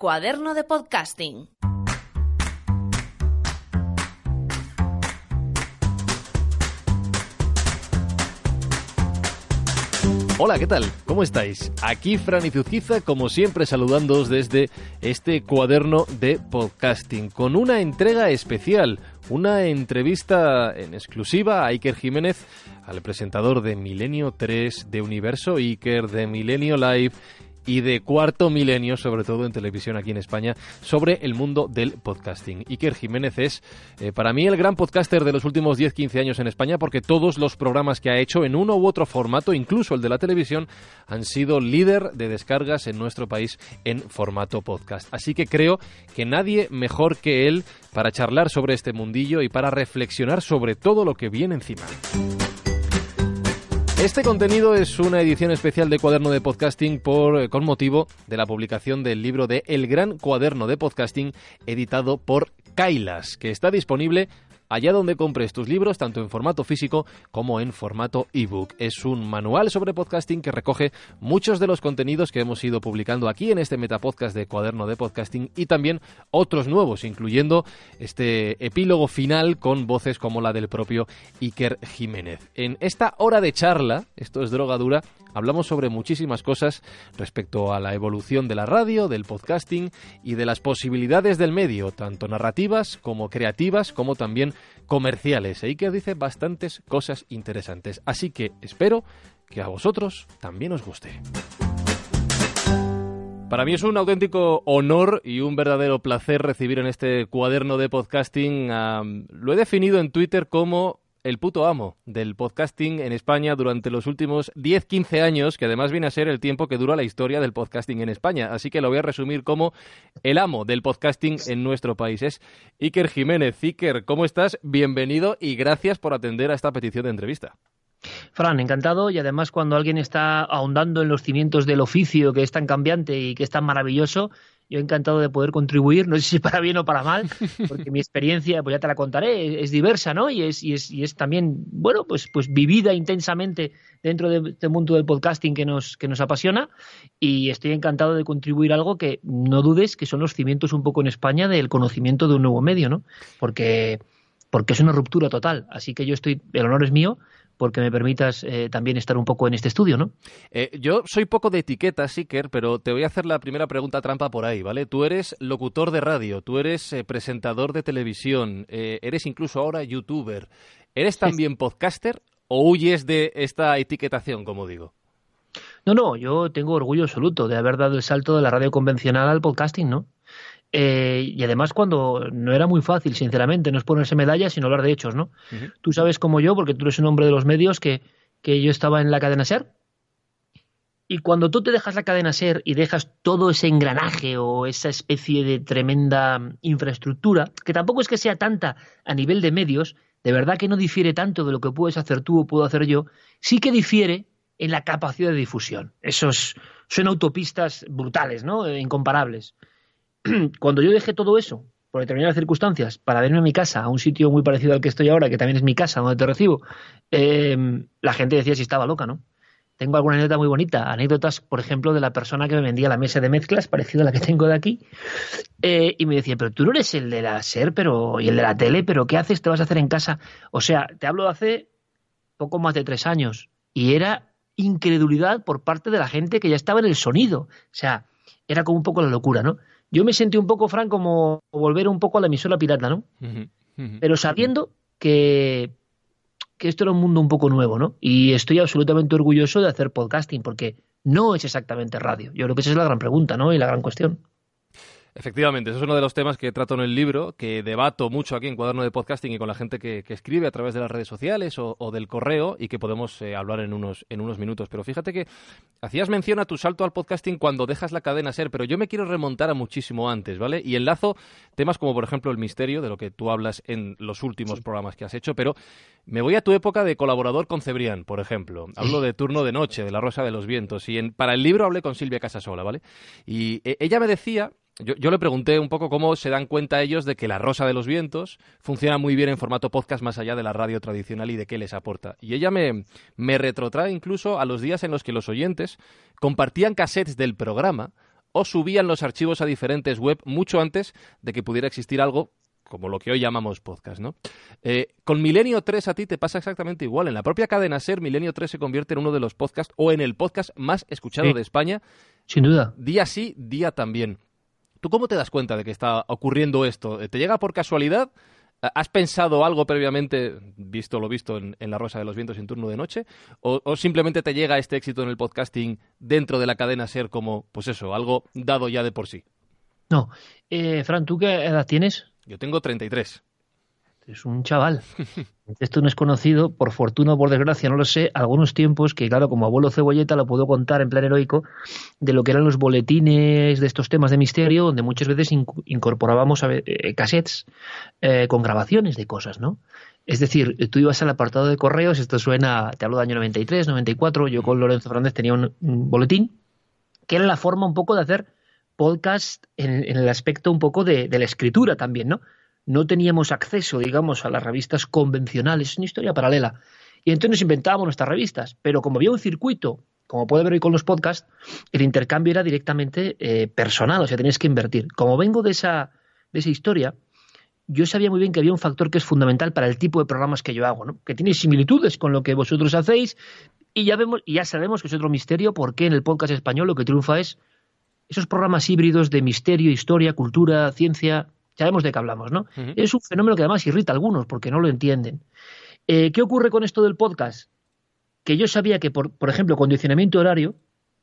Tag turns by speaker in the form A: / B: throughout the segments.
A: Cuaderno de Podcasting.
B: Hola, ¿qué tal? ¿Cómo estáis? Aquí Fran Izuzquiza, como siempre, saludándoos desde este cuaderno de podcasting, con una entrega especial, una entrevista en exclusiva a Iker Jiménez, al presentador de Milenio 3, de Universo Iker, de Milenio Live y de Cuarto Milenio, sobre todo en televisión aquí en España, sobre el mundo del podcasting. Iker Jiménez es, para mí, el gran podcaster de los últimos 10-15 años en España, porque todos los programas que ha hecho en uno u otro formato, incluso el de la televisión, han sido líder de descargas en nuestro país en formato podcast. Así que creo que nadie mejor que él para charlar sobre este mundillo y para reflexionar sobre todo lo que viene encima. Este contenido es una edición especial de Cuaderno de Podcasting con motivo de la publicación del libro de El Gran Cuaderno de Podcasting, editado por Kailas, que está disponible allá donde compres tus libros, tanto en formato físico como en formato ebook. Es un manual sobre podcasting que recoge muchos de los contenidos que hemos ido publicando aquí en este metapodcast de Cuaderno de Podcasting y también otros nuevos, incluyendo este epílogo final con voces como la del propio Iker Jiménez. En esta hora de charla, esto es droga dura, hablamos sobre muchísimas cosas respecto a la evolución de la radio, del podcasting y de las posibilidades del medio, tanto narrativas como creativas, como también comerciales. Iker dice bastantes cosas interesantes, así que espero que a vosotros también os guste. Para mí es un auténtico honor y un verdadero placer recibir en este cuaderno de podcasting, lo he definido en Twitter como el puto amo del podcasting en España durante los últimos 10-15 años, que además viene a ser el tiempo que dura la historia del podcasting en España. Así que lo voy a resumir como el amo del podcasting en nuestro país. Es Iker Jiménez. Iker, ¿cómo estás? Bienvenido y gracias por atender a esta petición de entrevista.
C: Fran, encantado, y además cuando alguien está ahondando en los cimientos del oficio, que es tan cambiante y que es tan maravilloso, yo encantado de poder contribuir, no sé si para bien o para mal, porque mi experiencia, pues ya te la contaré, es diversa, ¿no? Y es también, bueno, pues vivida intensamente dentro de este mundo del podcasting que nos apasiona, y estoy encantado de contribuir a algo que no dudes que son los cimientos un poco en España del conocimiento de un nuevo medio, ¿no? Porque es una ruptura total, así que el honor es mío, porque me permitas también estar un poco en este estudio, ¿no?
B: Yo soy poco de etiquetas, Iker, pero te voy a hacer la primera pregunta trampa por ahí, ¿vale? Tú eres locutor de radio, tú eres presentador de televisión, eres incluso ahora youtuber. ¿Eres también podcaster o huyes de esta etiquetación, como digo?
C: No, yo tengo orgullo absoluto de haber dado el salto de la radio convencional al podcasting, ¿no? Y además cuando no era muy fácil, sinceramente, no es ponerse medallas, sino hablar de hechos, ¿no? Uh-huh. Tú sabes como yo, porque tú eres un hombre de los medios, que yo estaba en la cadena SER, y cuando tú te dejas la cadena SER y dejas todo ese engranaje o esa especie de tremenda infraestructura, que tampoco es que sea tanta a nivel de medios, de verdad que no difiere tanto de lo que puedes hacer tú o puedo hacer yo, sí que difiere en la capacidad de difusión. Son autopistas brutales, ¿no? Incomparables. Cuando yo dejé todo eso, por determinadas circunstancias, para verme a mi casa, a un sitio muy parecido al que estoy ahora, que también es mi casa, donde te recibo, la gente decía si estaba loca, ¿no? Tengo alguna anécdota muy bonita, anécdotas, por ejemplo, de la persona que me vendía la mesa de mezclas, parecida a la que tengo de aquí, y me decía, pero tú no eres el de la SER y el de la tele, pero ¿qué haces? ¿Te vas a hacer en casa? O sea, te hablo de hace poco más de 3 años, y era incredulidad por parte de la gente que ya estaba en el sonido. O sea, era como un poco la locura, ¿no? Yo me sentí un poco, Fran, como volver un poco a la emisora pirata, ¿no? Pero sabiendo que esto era un mundo un poco nuevo, ¿no? Y estoy absolutamente orgulloso de hacer podcasting, porque no es exactamente radio. Yo creo que esa es la gran pregunta, ¿no? Y la gran cuestión.
B: Efectivamente, eso es uno de los temas que trato en el libro, que debato mucho aquí en Cuaderno de Podcasting y con la gente que escribe a través de las redes sociales o del correo, y que podemos hablar en unos minutos. Pero fíjate que hacías mención a tu salto al podcasting cuando dejas la cadena SER, pero yo me quiero remontar a muchísimo antes, ¿vale? Y enlazo temas como, por ejemplo, el misterio, de lo que tú hablas en los últimos programas que has hecho, pero me voy a tu época de colaborador con Cebrián, por ejemplo. Hablo de Turno de Noche, de La Rosa de los Vientos, y para el libro hablé con Silvia Casasola, ¿vale? Y ella me decía... Yo le pregunté un poco cómo se dan cuenta ellos de que La Rosa de los Vientos funciona muy bien en formato podcast más allá de la radio tradicional y de qué les aporta. Y ella me retrotrae incluso a los días en los que los oyentes compartían cassettes del programa o subían los archivos a diferentes web mucho antes de que pudiera existir algo como lo que hoy llamamos podcast, ¿no? Con Milenio 3 a ti te pasa exactamente igual. En la propia cadena SER, Milenio 3 se convierte en uno de los podcasts o en el podcast más escuchado de España.
C: Sin duda.
B: Día sí, día también. ¿Tú cómo te das cuenta de que está ocurriendo esto? ¿Te llega por casualidad? ¿Has pensado algo previamente, visto lo visto en La Rosa de los Vientos en Turno de Noche? ¿O simplemente te llega este éxito en el podcasting dentro de la cadena SER como, pues eso, algo dado ya de por sí?
C: No. Fran, ¿tú qué edad tienes?
B: Yo tengo 33.
C: Es un chaval. Esto no es conocido, por fortuna o por desgracia, no lo sé, algunos tiempos que, claro, como abuelo cebolleta lo puedo contar en plan heroico, de lo que eran los boletines de estos temas de misterio, donde muchas veces incorporábamos cassettes con grabaciones de cosas, ¿no? Es decir, tú ibas al apartado de correos, esto suena, te hablo de año 93, 94, yo con Lorenzo Fernández tenía un boletín, que era la forma un poco de hacer podcast en el aspecto un poco de la escritura también, ¿no? No teníamos acceso, digamos, a las revistas convencionales, es una historia paralela. Y entonces nos inventábamos nuestras revistas, pero como había un circuito, como puede ver hoy con los podcasts, el intercambio era directamente personal, o sea, tenías que invertir. Como vengo de esa historia, yo sabía muy bien que había un factor que es fundamental para el tipo de programas que yo hago, ¿no? Que tiene similitudes con lo que vosotros hacéis, y ya sabemos que es otro misterio, porque en el podcast español lo que triunfa es esos programas híbridos de misterio, historia, cultura, ciencia. Sabemos de qué hablamos, ¿no? Uh-huh. Es un fenómeno que además irrita a algunos porque no lo entienden. ¿Qué ocurre con esto del podcast? Que yo sabía que, por ejemplo, condicionamiento horario,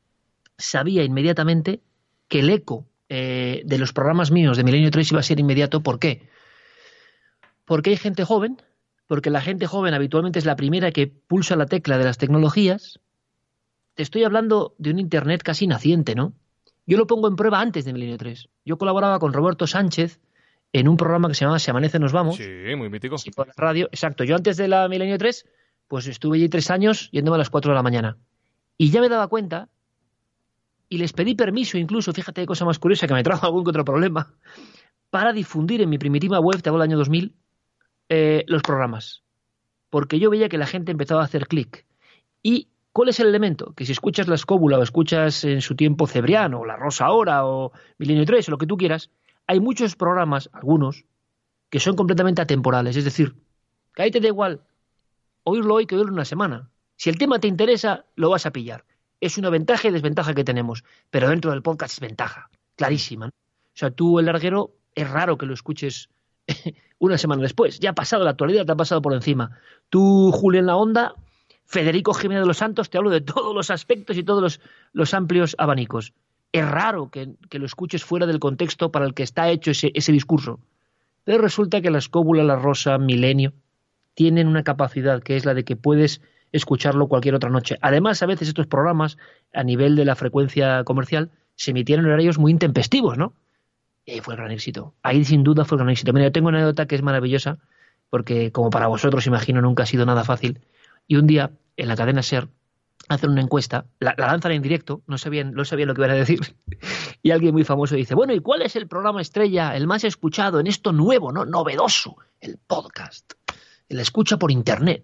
C: sabía inmediatamente que el eco de los programas míos de Milenio 3 iba a ser inmediato. ¿Por qué? Porque hay gente joven, porque la gente joven habitualmente es la primera que pulsa la tecla de las tecnologías. Te estoy hablando de un Internet casi naciente, ¿no? Yo lo pongo en prueba antes de Milenio 3. Yo colaboraba con Roberto Sánchez en un programa que se llamaba Si Amanece Nos Vamos.
B: Sí, muy mítico.
C: Sí, por la radio. Exacto. Yo antes de la Milenio 3, pues estuve allí 3 años yéndome a las 4 de la mañana. Y ya me daba cuenta, y les pedí permiso incluso, fíjate qué cosa más curiosa, que me trajo algún que otro problema, para difundir en mi primitiva web, te hablo del año 2000, los programas. Porque yo veía que la gente empezaba a hacer clic. ¿Y cuál es el elemento? Que si escuchas La Escóbula o escuchas en su tiempo Cebriano o La Rosa ahora o Milenio 3 o lo que tú quieras, hay muchos programas, algunos, que son completamente atemporales. Es decir, que ahí te da igual oírlo hoy que oírlo una semana. Si el tema te interesa, lo vas a pillar. Es una ventaja y desventaja que tenemos. Pero dentro del podcast es ventaja, clarísima, ¿no? O sea, tú, El Larguero, es raro que lo escuches una semana después. Ya ha pasado la actualidad, te ha pasado por encima. Tú, Julio en la Onda, Federico Jiménez de los Santos, te hablo de todos los aspectos y todos los amplios abanicos. Es raro que lo escuches fuera del contexto para el que está hecho ese discurso. Pero resulta que La Escóbula, La Rosa, Milenio, tienen una capacidad que es la de que puedes escucharlo cualquier otra noche. Además, a veces estos programas, a nivel de la frecuencia comercial, se emitieron en horarios muy intempestivos, ¿no? Y fue el gran éxito. Ahí sin duda fue el gran éxito. Mira, yo tengo una anécdota que es maravillosa, porque como para vosotros, imagino, nunca ha sido nada fácil. Y un día, en la cadena SER, hacen una encuesta, la lanzan en directo, no sabían lo que iban a decir, y alguien muy famoso dice, bueno, ¿y cuál es el programa estrella, el más escuchado en esto nuevo, ¿no? Novedoso, el podcast, la escucha por internet?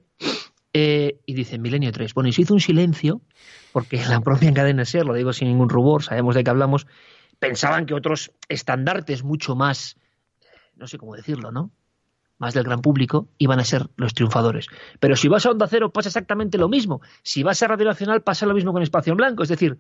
C: Y dicen Milenio 3. Bueno, y se hizo un silencio, porque la propia cadena SER, lo digo sin ningún rubor, sabemos de qué hablamos, pensaban que otros estandartes mucho más, no sé cómo decirlo, ¿no?, más del gran público, iban a ser los triunfadores. Pero si vas a Onda Cero pasa exactamente lo mismo. Si vas a Radio Nacional pasa lo mismo con Espacio en Blanco. Es decir,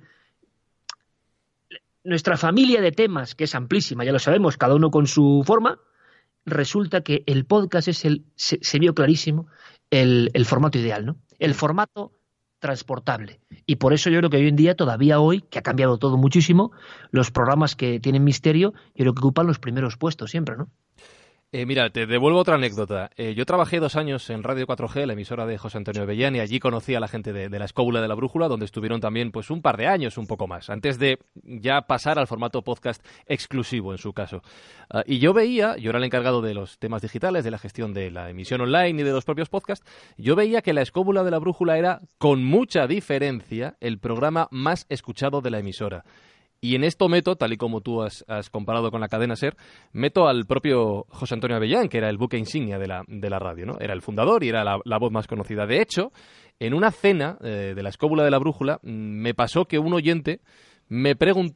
C: nuestra familia de temas, que es amplísima, ya lo sabemos, cada uno con su forma, resulta que el podcast es se vio clarísimo el formato ideal, ¿no? El formato transportable. Y por eso yo creo que hoy en día, todavía hoy, que ha cambiado todo muchísimo, los programas que tienen misterio, yo creo que ocupan los primeros puestos siempre, ¿no?
B: Mira, te devuelvo otra anécdota. Yo trabajé 2 años en Radio 4G, la emisora de José Antonio Avellán, y allí conocí a la gente de La Escóbula de la Brújula, donde estuvieron también pues un par de años, un poco más, antes de ya pasar al formato podcast exclusivo en su caso. Y yo era el encargado de los temas digitales, de la gestión de la emisión online y de los propios podcasts, yo veía que La Escóbula de la Brújula era, con mucha diferencia, el programa más escuchado de la emisora. Y en esto meto, tal y como tú has comparado con la cadena SER, meto al propio José Antonio Avellán, que era el buque insignia de la radio, ¿no? Era el fundador y era la voz más conocida. De hecho, en una cena de La Escóbula de la Brújula, me pasó que un oyente me preguntó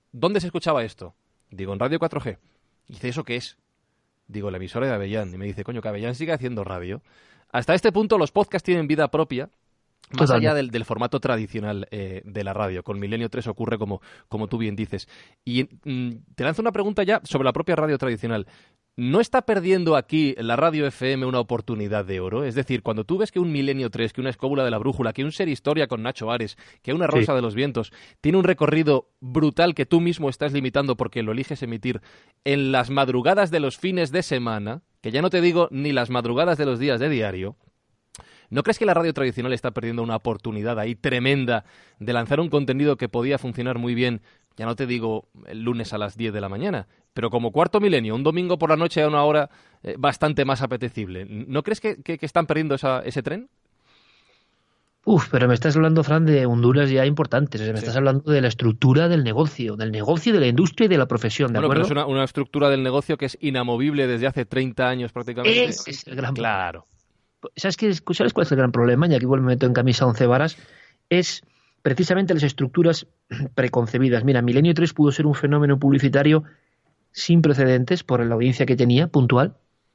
B: ¿dónde se escuchaba esto? Digo, en Radio 4G. Y dice, ¿eso qué es? Digo, la emisora de Avellán. Y me dice, coño, que Avellán sigue haciendo radio. Hasta este punto los podcasts tienen vida propia, más allá del formato tradicional de la radio. Con Milenio 3 ocurre como tú bien dices. Y te lanzo una pregunta ya sobre la propia radio tradicional. ¿No está perdiendo aquí la radio FM una oportunidad de oro? Es decir, cuando tú ves que un Milenio 3, que una Escóbula de la Brújula, que un Ser Historia con Nacho Ares, que una Rosa de los Vientos, tiene un recorrido brutal que tú mismo estás limitando porque lo eliges emitir en las madrugadas de los fines de semana, que ya no te digo ni las madrugadas de los días de diario, ¿no crees que la radio tradicional está perdiendo una oportunidad ahí tremenda de lanzar un contenido que podía funcionar muy bien, ya no te digo el lunes a las 10 de la mañana, pero como Cuarto Milenio, un domingo por la noche a una hora bastante más apetecible? ¿No crees que están perdiendo ese tren?
C: Pero me estás hablando, Fran, de Honduras ya importantes. O sea, me estás hablando de la estructura del negocio, de la industria y de la profesión, ¿de acuerdo?
B: Pero es una estructura del negocio que es inamovible desde hace 30 años prácticamente.
C: Ese es el gran problema.
B: Claro.
C: ¿Sabes cuál es el gran problema? Y aquí me meto en camisa 11 varas. Es precisamente las estructuras preconcebidas. Mira, Milenio 3 pudo ser un fenómeno publicitario sin precedentes por la audiencia que tenía, puntual,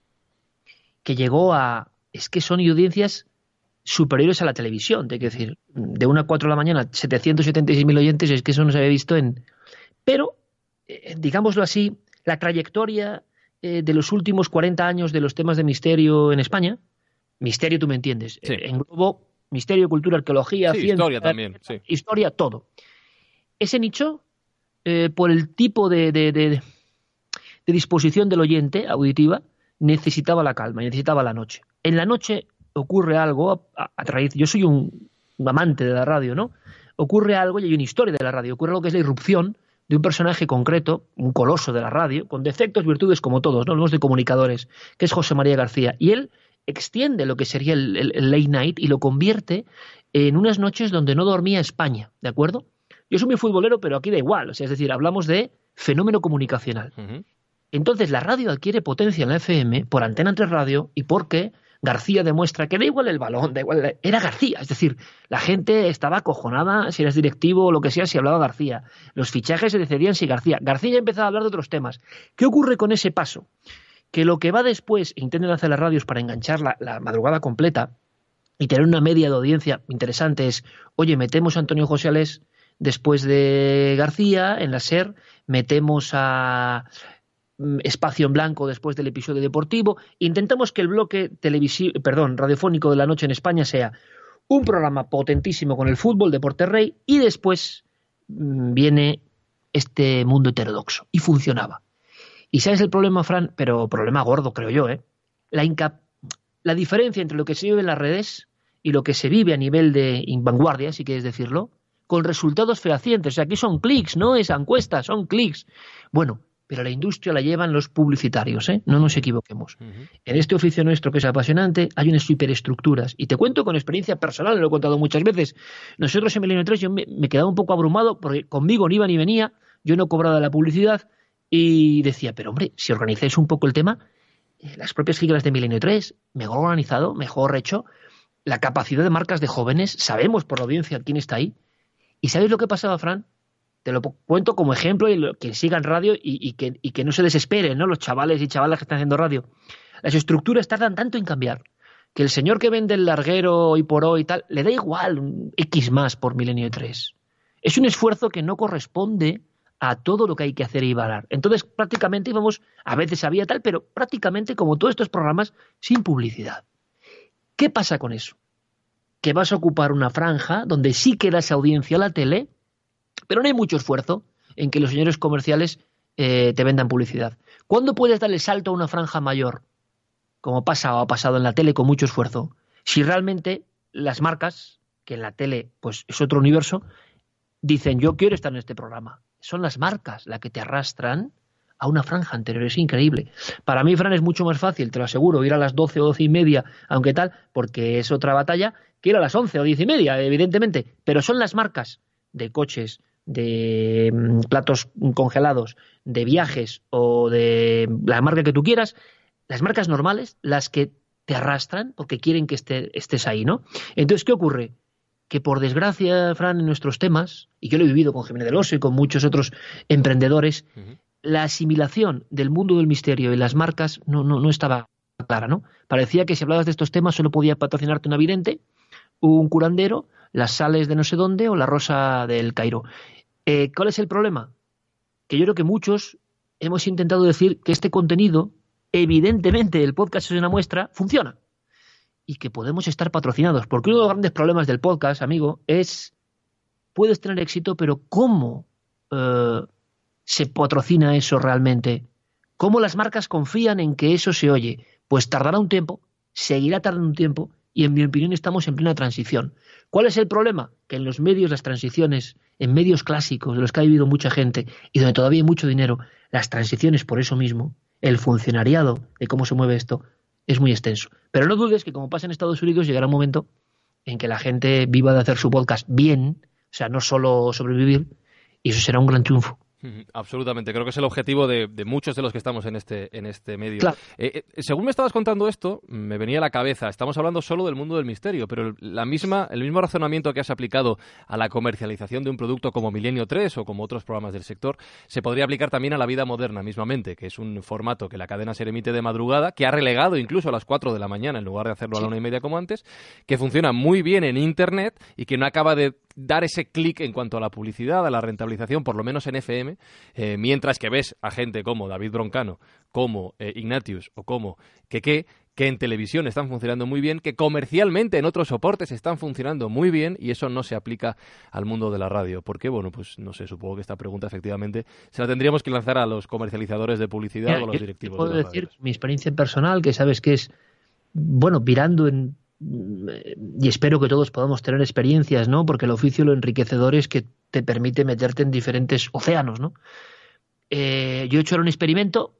C: que llegó a... Es que son audiencias superiores a la televisión, te quiero decir, de 1 a 4 de la mañana, 776.000 oyentes, es que eso no se había visto en... Pero, digámoslo así, la trayectoria de los últimos 40 años de los temas de misterio en España, misterio tú me entiendes, englobo misterio, cultura, arqueología, ciencia,
B: historia también, sí.
C: Historia, todo. Ese nicho, por el tipo de disposición del oyente auditiva, necesitaba la calma, necesitaba la noche. En la noche ocurre algo a raíz... Yo soy un amante de la radio, ¿no? Ocurre algo y hay una historia de la radio. Ocurre algo que es la irrupción de un personaje concreto, un coloso de la radio, con defectos, virtudes como todos, ¿no? Hablamos de comunicadores, que es José María García. Y él extiende lo que sería el late night y lo convierte en unas noches donde no dormía España, ¿de acuerdo? Yo soy muy futbolero, pero aquí da igual. O sea, es decir, hablamos de fenómeno comunicacional. Uh-huh. Entonces, la radio adquiere potencia en la FM por Antena 3 Radio y porque García demuestra que da igual el balón, da igual, era García. Es decir, la gente estaba acojonada si eres directivo o lo que sea, si hablaba García. Los fichajes se decidían si García. García ya empezaba a hablar de otros temas. ¿Qué ocurre con ese paso? Que lo que va después, intentan hacer las radios para enganchar la madrugada completa y tener una media de audiencia interesante, es, oye, metemos a Antonio José Alés después de García en la SER, metemos a Espacio en Blanco después del episodio deportivo, intentamos que el bloque radiofónico de la noche en España sea un programa potentísimo con el fútbol, deporte rey, y después viene este mundo heterodoxo, y funcionaba. ¿Y sabes el problema, Fran? Pero problema gordo, creo yo, ¿eh? La diferencia entre lo que se vive en las redes y lo que se vive a nivel de vanguardia, si quieres decirlo, con resultados fehacientes. O sea, aquí son clics, no es encuestas, son clics. Bueno, pero la industria la llevan los publicitarios, ¿eh? No nos equivoquemos. Uh-huh. En este oficio nuestro, que es apasionante, hay unas superestructuras. Y te cuento con experiencia personal, lo he contado muchas veces. Nosotros en Milenio 3 yo me quedaba un poco abrumado porque conmigo ni iba ni venía, yo no cobraba la publicidad y decía, pero hombre, si organizáis un poco el tema, las propias siglas de Milenio 3, mejor organizado, mejor hecho, la capacidad de marcas de jóvenes, sabemos por la audiencia quién está ahí. ¿Y sabéis lo que pasaba, Fran? Te lo cuento como ejemplo y que sigan radio y que no se desesperen, ¿no? Los chavales y chavalas que están haciendo radio. Las estructuras tardan tanto en cambiar que el señor que vende el larguero hoy por hoy y tal, le da igual un X más por Milenio 3. Es un esfuerzo que no corresponde a todo lo que hay que hacer y varar. Entonces, prácticamente íbamos, a veces había tal, pero prácticamente como todos estos programas, sin publicidad. ¿Qué pasa con eso? Que vas a ocupar una franja donde sí que das audiencia a la tele, pero no hay mucho esfuerzo en que los señores comerciales te vendan publicidad. ¿Cuándo puedes dar el salto a una franja mayor? Como pasa o ha pasado en la tele con mucho esfuerzo. Si realmente las marcas, que en la tele pues es otro universo, dicen yo quiero estar en este programa. Son las marcas las que te arrastran a una franja anterior. Es increíble. Para mí, Fran, es mucho más fácil, te lo aseguro, ir a las 12 o 12 y media, aunque tal, porque es otra batalla, que ir a las 11 o 10 y media, evidentemente. Pero son las marcas de coches, de platos congelados, de viajes o de la marca que tú quieras, las marcas normales, las que te arrastran porque quieren que estés ahí, ¿no? Entonces, ¿qué ocurre? que por desgracia, Fran, en nuestros temas, y yo lo he vivido con Jiménez del Oso y con muchos otros emprendedores, la asimilación del mundo del misterio y las marcas no estaba clara, ¿no? Parecía que si hablabas de estos temas solo podía patrocinarte una vidente, un curandero, las sales de no sé dónde o la rosa del Cairo. ¿Cuál es el problema? Que yo creo que muchos hemos intentado decir que este contenido, evidentemente el podcast es una muestra, funciona. Y que podemos estar patrocinados. Porque uno de los grandes problemas del podcast, amigo, es puedes tener éxito, pero ¿cómo se patrocina eso realmente? ¿Cómo las marcas confían en que eso se oye? Pues tardará un tiempo, seguirá tardando un tiempo, y en mi opinión estamos en plena transición. ¿Cuál es el problema? Que en los medios, las transiciones, en medios clásicos, de los que ha vivido mucha gente y donde todavía hay mucho dinero, las transiciones por eso mismo, el funcionariado de cómo se mueve esto, es muy extenso. Pero no dudes que como pasa en Estados Unidos, llegará un momento en que la gente viva de hacer su podcast bien, o sea, no solo sobrevivir, y eso será un gran triunfo.
B: Absolutamente, creo que es el objetivo de muchos de los que estamos en este medio.
C: Claro.
B: Según me estabas contando esto, me venía a la cabeza, estamos hablando solo del mundo del misterio, pero el mismo razonamiento que has aplicado a la comercialización de un producto como Milenio 3 o como otros programas del sector, se podría aplicar también a la vida moderna mismamente, que es un formato que la cadena SER emite de madrugada, que ha relegado incluso a las 4 de la mañana en lugar de hacerlo a la 1:30 como antes, que funciona muy bien en Internet y que no acaba de dar ese clic en cuanto a la publicidad, a la rentabilización, por lo menos en FM, mientras que ves a gente como David Broncano, como Ignatius o como Keke, que en televisión están funcionando muy bien, que comercialmente en otros soportes están funcionando muy bien, y eso no se aplica al mundo de la radio. ¿Por qué? Bueno, pues no sé, supongo que esta pregunta efectivamente se la tendríamos que lanzar a los comercializadores de publicidad o a los directivos de las radios. Puedo decir
C: mi experiencia personal, que sabes que es, bueno, virando en... y espero que todos podamos tener experiencias, ¿no? Porque el oficio lo enriquecedor es que te permite meterte en diferentes océanos, ¿no? Yo he hecho ahora un experimento,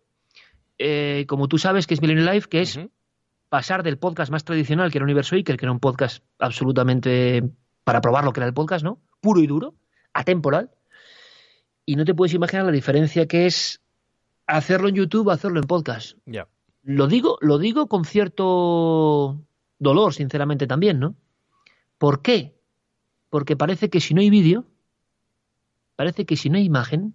C: como tú sabes, que es Milenio Live, que es pasar del podcast más tradicional, que era Universo Iker, que era un podcast absolutamente para probar lo que era el podcast, ¿no? Puro y duro, atemporal. Y no te puedes imaginar la diferencia que es hacerlo en YouTube a hacerlo en podcast.
B: Yeah.
C: Lo digo con cierto dolor, sinceramente, también, ¿no? ¿Por qué? Porque parece que si no hay vídeo, parece que si no hay imagen,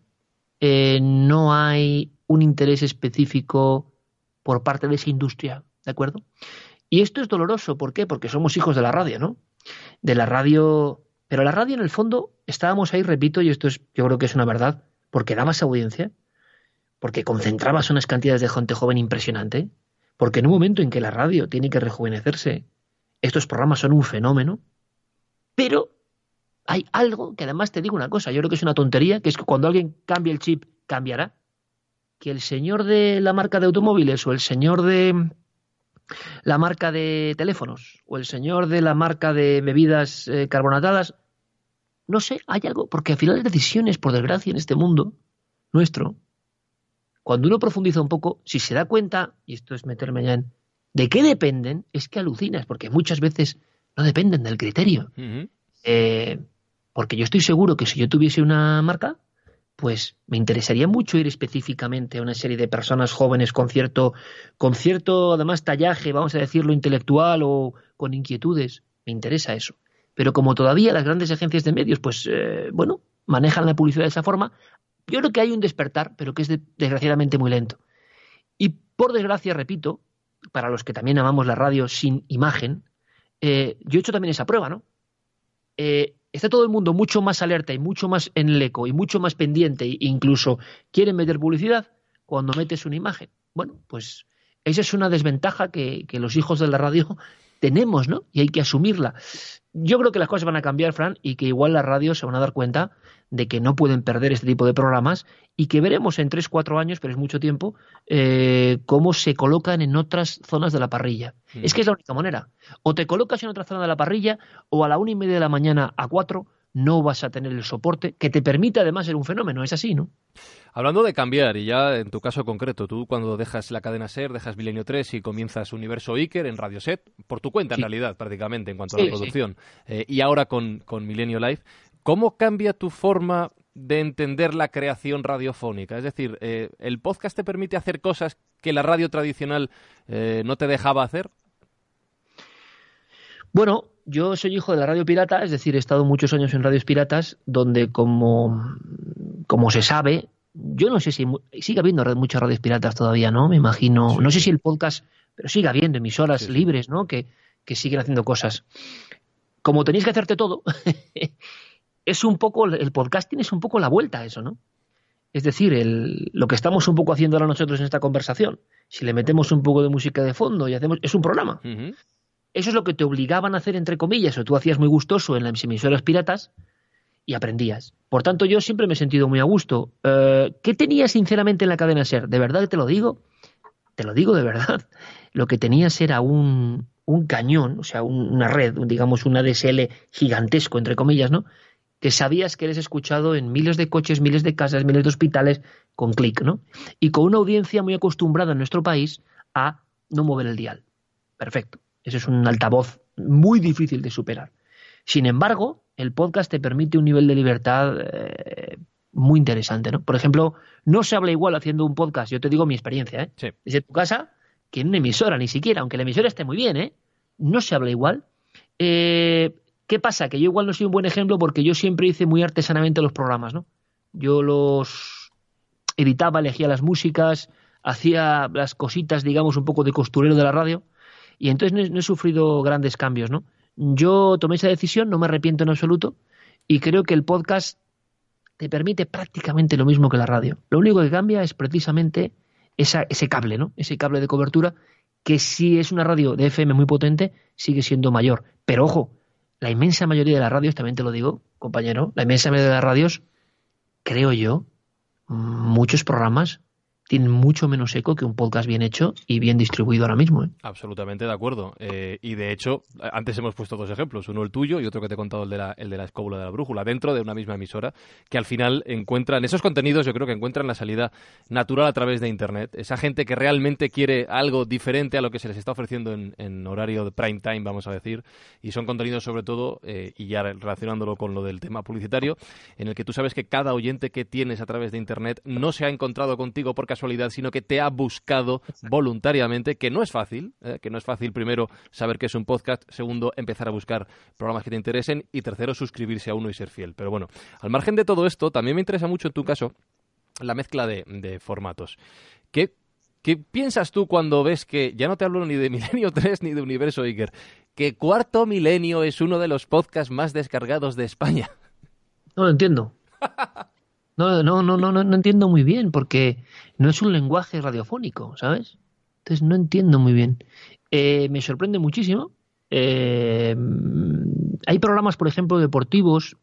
C: no hay un interés específico por parte de esa industria, ¿de acuerdo? Y esto es doloroso, ¿por qué? Porque somos hijos de la radio, ¿no? De la radio, pero la radio en el fondo estábamos ahí, repito, y esto es, yo creo que es una verdad, porque da más audiencia, porque concentrabas unas cantidades de gente joven impresionante, porque en un momento en que la radio tiene que rejuvenecerse, estos programas son un fenómeno, pero hay algo que además te digo una cosa, yo creo que es una tontería, que es que cuando alguien cambie el chip, cambiará, que el señor de la marca de automóviles o el señor de la marca de teléfonos o el señor de la marca de bebidas carbonatadas, no sé, hay algo, porque al final las decisiones, por desgracia, en este mundo nuestro, cuando uno profundiza un poco, si se da cuenta, y esto es meterme ya en de qué dependen, es que alucinas, porque muchas veces no dependen del criterio. Porque yo estoy seguro que si yo tuviese una marca, pues me interesaría mucho ir específicamente a una serie de personas jóvenes con cierto además tallaje, vamos a decirlo, intelectual o con inquietudes. Me interesa eso. Pero como todavía las grandes agencias de medios, pues, bueno, manejan la publicidad de esa forma, yo creo que hay un despertar, pero que es desgraciadamente muy lento. Y por desgracia, repito, para los que también amamos la radio sin imagen, yo he hecho también esa prueba, ¿no? Está todo el mundo mucho más alerta y mucho más en el eco y mucho más pendiente e incluso quieren meter publicidad cuando metes una imagen. Bueno, pues esa es una desventaja que los hijos de la radio tenemos, ¿no? Y hay que asumirla. Yo creo que las cosas van a cambiar, Fran, y que igual las radios se van a dar cuenta de que no pueden perder este tipo de programas y que veremos en 3-4 años, pero es mucho tiempo, cómo se colocan en otras zonas de la parrilla. Es que es la única manera. O te colocas en otra zona de la parrilla o a la 1:30 de la mañana a 4 no vas a tener el soporte que te permite además ser un fenómeno. Es así, ¿no?
B: Hablando de cambiar, y ya en tu caso concreto, tú cuando dejas la cadena SER, dejas Milenio 3 y comienzas Universo Iker en Radio Set, por tu cuenta en realidad prácticamente en cuanto a la producción, y ahora con Milenio Live, ¿cómo cambia tu forma de entender la creación radiofónica? Es decir, ¿el podcast te permite hacer cosas que la radio tradicional no te dejaba hacer?
C: Bueno, yo soy hijo de la radio pirata, es decir, he estado muchos años en radios piratas, donde como se sabe, yo no sé si sigue habiendo muchas radios piratas todavía, ¿no? Me imagino,
B: Sí.
C: no sé si el podcast, pero sigue habiendo emisoras
B: Sí.
C: libres, ¿no? Que siguen haciendo cosas. Como tenéis que hacerte todo, es un poco, el podcasting es un poco la vuelta a eso, ¿no? Es decir, lo que estamos un poco haciendo ahora nosotros en esta conversación, si le metemos un poco de música de fondo y hacemos, es un programa.
B: Uh-huh.
C: Eso es lo que te obligaban a hacer, entre comillas, o tú hacías muy gustoso en las emisoras piratas y aprendías. Por tanto, yo siempre me he sentido muy a gusto. ¿Qué tenía sinceramente en la cadena SER? De verdad que te lo digo de verdad. Lo que tenías era un cañón, o sea, una red, digamos un ADSL gigantesco, entre comillas, ¿no? Que sabías que eres escuchado en miles de coches, miles de casas, miles de hospitales, con clic, ¿no? Y con una audiencia muy acostumbrada en nuestro país a no mover el dial. Perfecto. Ese es un altavoz muy difícil de superar. Sin embargo, el podcast te permite un nivel de libertad muy interesante, ¿no? Por ejemplo, no se habla igual haciendo un podcast, yo te digo mi experiencia, ¿eh?
B: Sí.
C: Desde tu casa, que en una emisora, ni siquiera, aunque la emisora esté muy bien, ¿eh? No se habla igual. ¿Qué pasa? Que yo igual no soy un buen ejemplo porque yo siempre hice muy artesanamente los programas, ¿no? Yo los editaba, elegía las músicas, hacía las cositas, digamos, un poco de costurero de la radio, y entonces no he sufrido grandes cambios, ¿no? Yo tomé esa decisión, no me arrepiento en absoluto, y creo que el podcast te permite prácticamente lo mismo que la radio. Lo único que cambia es precisamente ese cable, ¿no? Ese cable de cobertura, que si es una radio de FM muy potente, sigue siendo mayor. Pero ojo, la inmensa mayoría de las radios, también te lo digo, compañero, la inmensa mayoría de las radios, creo yo, muchos programas tienen mucho menos eco que un podcast bien hecho y bien distribuido ahora mismo, ¿eh?
B: Absolutamente de acuerdo. Y de hecho, antes hemos puesto dos ejemplos, uno el tuyo y otro que te he contado, el de la escóbula de la brújula, dentro de una misma emisora, que al final encuentran, esos contenidos yo creo que encuentran la salida natural a través de Internet. Esa gente que realmente quiere algo diferente a lo que se les está ofreciendo en horario de prime time, vamos a decir, y son contenidos sobre todo, y ya relacionándolo con lo del tema publicitario, en el que tú sabes que cada oyente que tienes a través de Internet no se ha encontrado contigo por casualidad, sino que te ha buscado voluntariamente, que no es fácil, primero saber que es un podcast, segundo empezar a buscar programas que te interesen y tercero suscribirse a uno y ser fiel. Pero bueno, al margen de todo esto, también me interesa mucho en tu caso la mezcla de formatos. ¿Qué piensas tú cuando ves que, ya no te hablo ni de Milenio 3 ni de Universo Iker, que Cuarto Milenio es uno de los podcasts más descargados de España?
C: No lo entiendo. No entiendo muy bien, porque no es un lenguaje radiofónico, ¿sabes? Entonces no entiendo muy bien. Me sorprende muchísimo. Hay programas, por ejemplo, deportivos,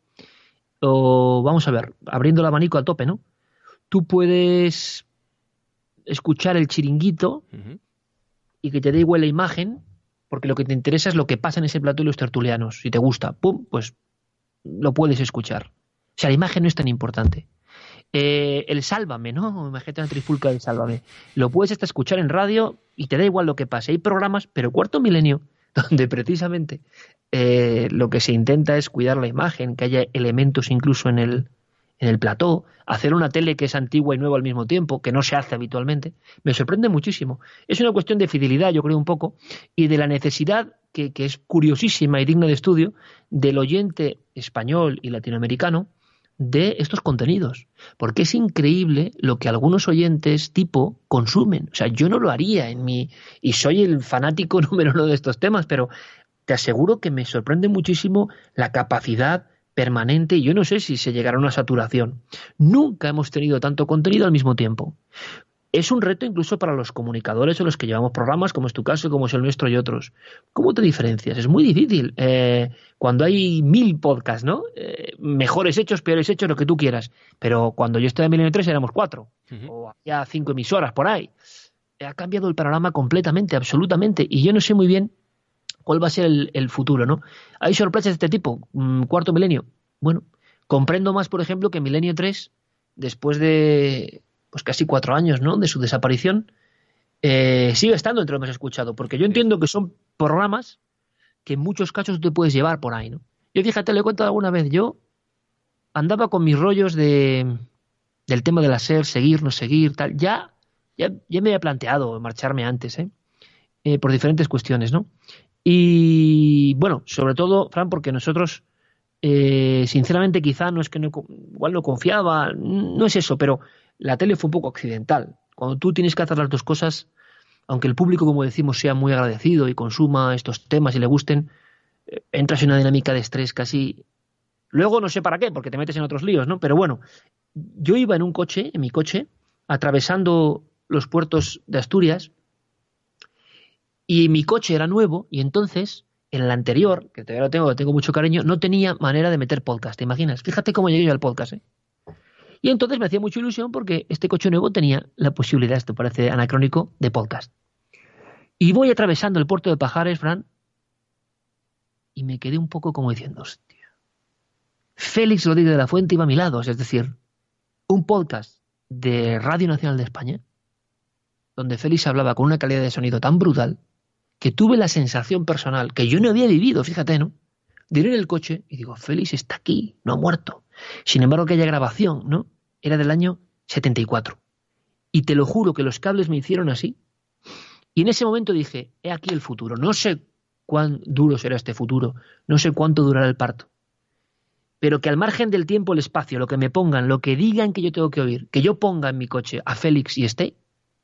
C: o vamos a ver, abriendo el abanico a tope, ¿no? Tú puedes escuchar el Chiringuito y que te dé igual la imagen, porque lo que te interesa es lo que pasa en ese plato y los tertulianos. Si te gusta, pum, pues lo puedes escuchar. O sea, la imagen no es tan importante. El Sálvame, ¿no? Imagínate una trifulca del Sálvame. Lo puedes hasta escuchar en radio y te da igual lo que pase. Hay programas, pero Cuarto Milenio, donde precisamente lo que se intenta es cuidar la imagen, que haya elementos incluso en el plató, hacer una tele que es antigua y nueva al mismo tiempo, que no se hace habitualmente, me sorprende muchísimo. Es una cuestión de fidelidad, yo creo un poco, y de la necesidad, que es curiosísima y digna de estudio, del oyente español y latinoamericano, de estos contenidos, porque es increíble lo que algunos oyentes tipo consumen. O sea, yo no lo haría y soy el fanático número uno de estos temas, pero te aseguro que me sorprende muchísimo la capacidad permanente, y yo no sé si se llegará a una saturación. Nunca hemos tenido tanto contenido al mismo tiempo. Es un reto incluso para los comunicadores o los que llevamos programas, como es tu caso, como es el nuestro y otros. ¿Cómo te diferencias? Es muy difícil. Cuando hay 1000 podcasts, ¿no? Mejores hechos, peores hechos, lo que tú quieras. Pero cuando yo estaba en Milenio 3 éramos 4. O había 5 emisoras por ahí. Ha cambiado el panorama completamente, absolutamente. Y yo no sé muy bien cuál va a ser el futuro, ¿no? Hay sorpresas de este tipo. Cuarto Milenio. Bueno, comprendo más, por ejemplo, que Milenio 3, después de pues casi 4 años, ¿no?, de su desaparición, sigue estando entre lo más escuchado, porque yo entiendo que son programas que en muchos casos tú te puedes llevar por ahí, ¿no? Yo, fíjate, le he contado alguna vez, yo andaba con mis rollos del tema de la SER, seguir, no seguir, tal, ya me había planteado marcharme antes, por diferentes cuestiones, ¿no? Y bueno, sobre todo, Fran, porque nosotros, sinceramente, quizá no es que igual no confiaba, no es eso, pero la tele fue un poco accidental. Cuando tú tienes que hacer las dos cosas, aunque el público, como decimos, sea muy agradecido y consuma estos temas y le gusten, entras en una dinámica de estrés casi. Luego no sé para qué, porque te metes en otros líos, ¿no? Pero bueno, yo iba en mi coche, atravesando los puertos de Asturias, y mi coche era nuevo, y entonces, en el anterior, que todavía lo tengo mucho cariño, no tenía manera de meter podcast, ¿te imaginas? Fíjate cómo llegué yo al podcast, ¿eh? Y entonces me hacía mucha ilusión porque este coche nuevo tenía la posibilidad, esto parece anacrónico, de podcast. Y voy atravesando el puerto de Pajares, Fran, y me quedé un poco como diciendo, hostia, Félix Rodríguez de la Fuente iba a mi lado, es decir, un podcast de Radio Nacional de España, donde Félix hablaba con una calidad de sonido tan brutal, que tuve la sensación personal, que yo no había vivido, fíjate, ¿no? De ir en el coche y digo, Félix está aquí, no ha muerto. Sin embargo, aquella grabación, ¿no? Era del año 74. Y te lo juro que los cables me hicieron así. Y en ese momento dije, he aquí el futuro. No sé cuán duro será este futuro, no sé cuánto durará el parto. Pero que al margen del tiempo, el espacio, lo que me pongan, lo que digan que yo tengo que oír, que yo ponga en mi coche a Félix y esté,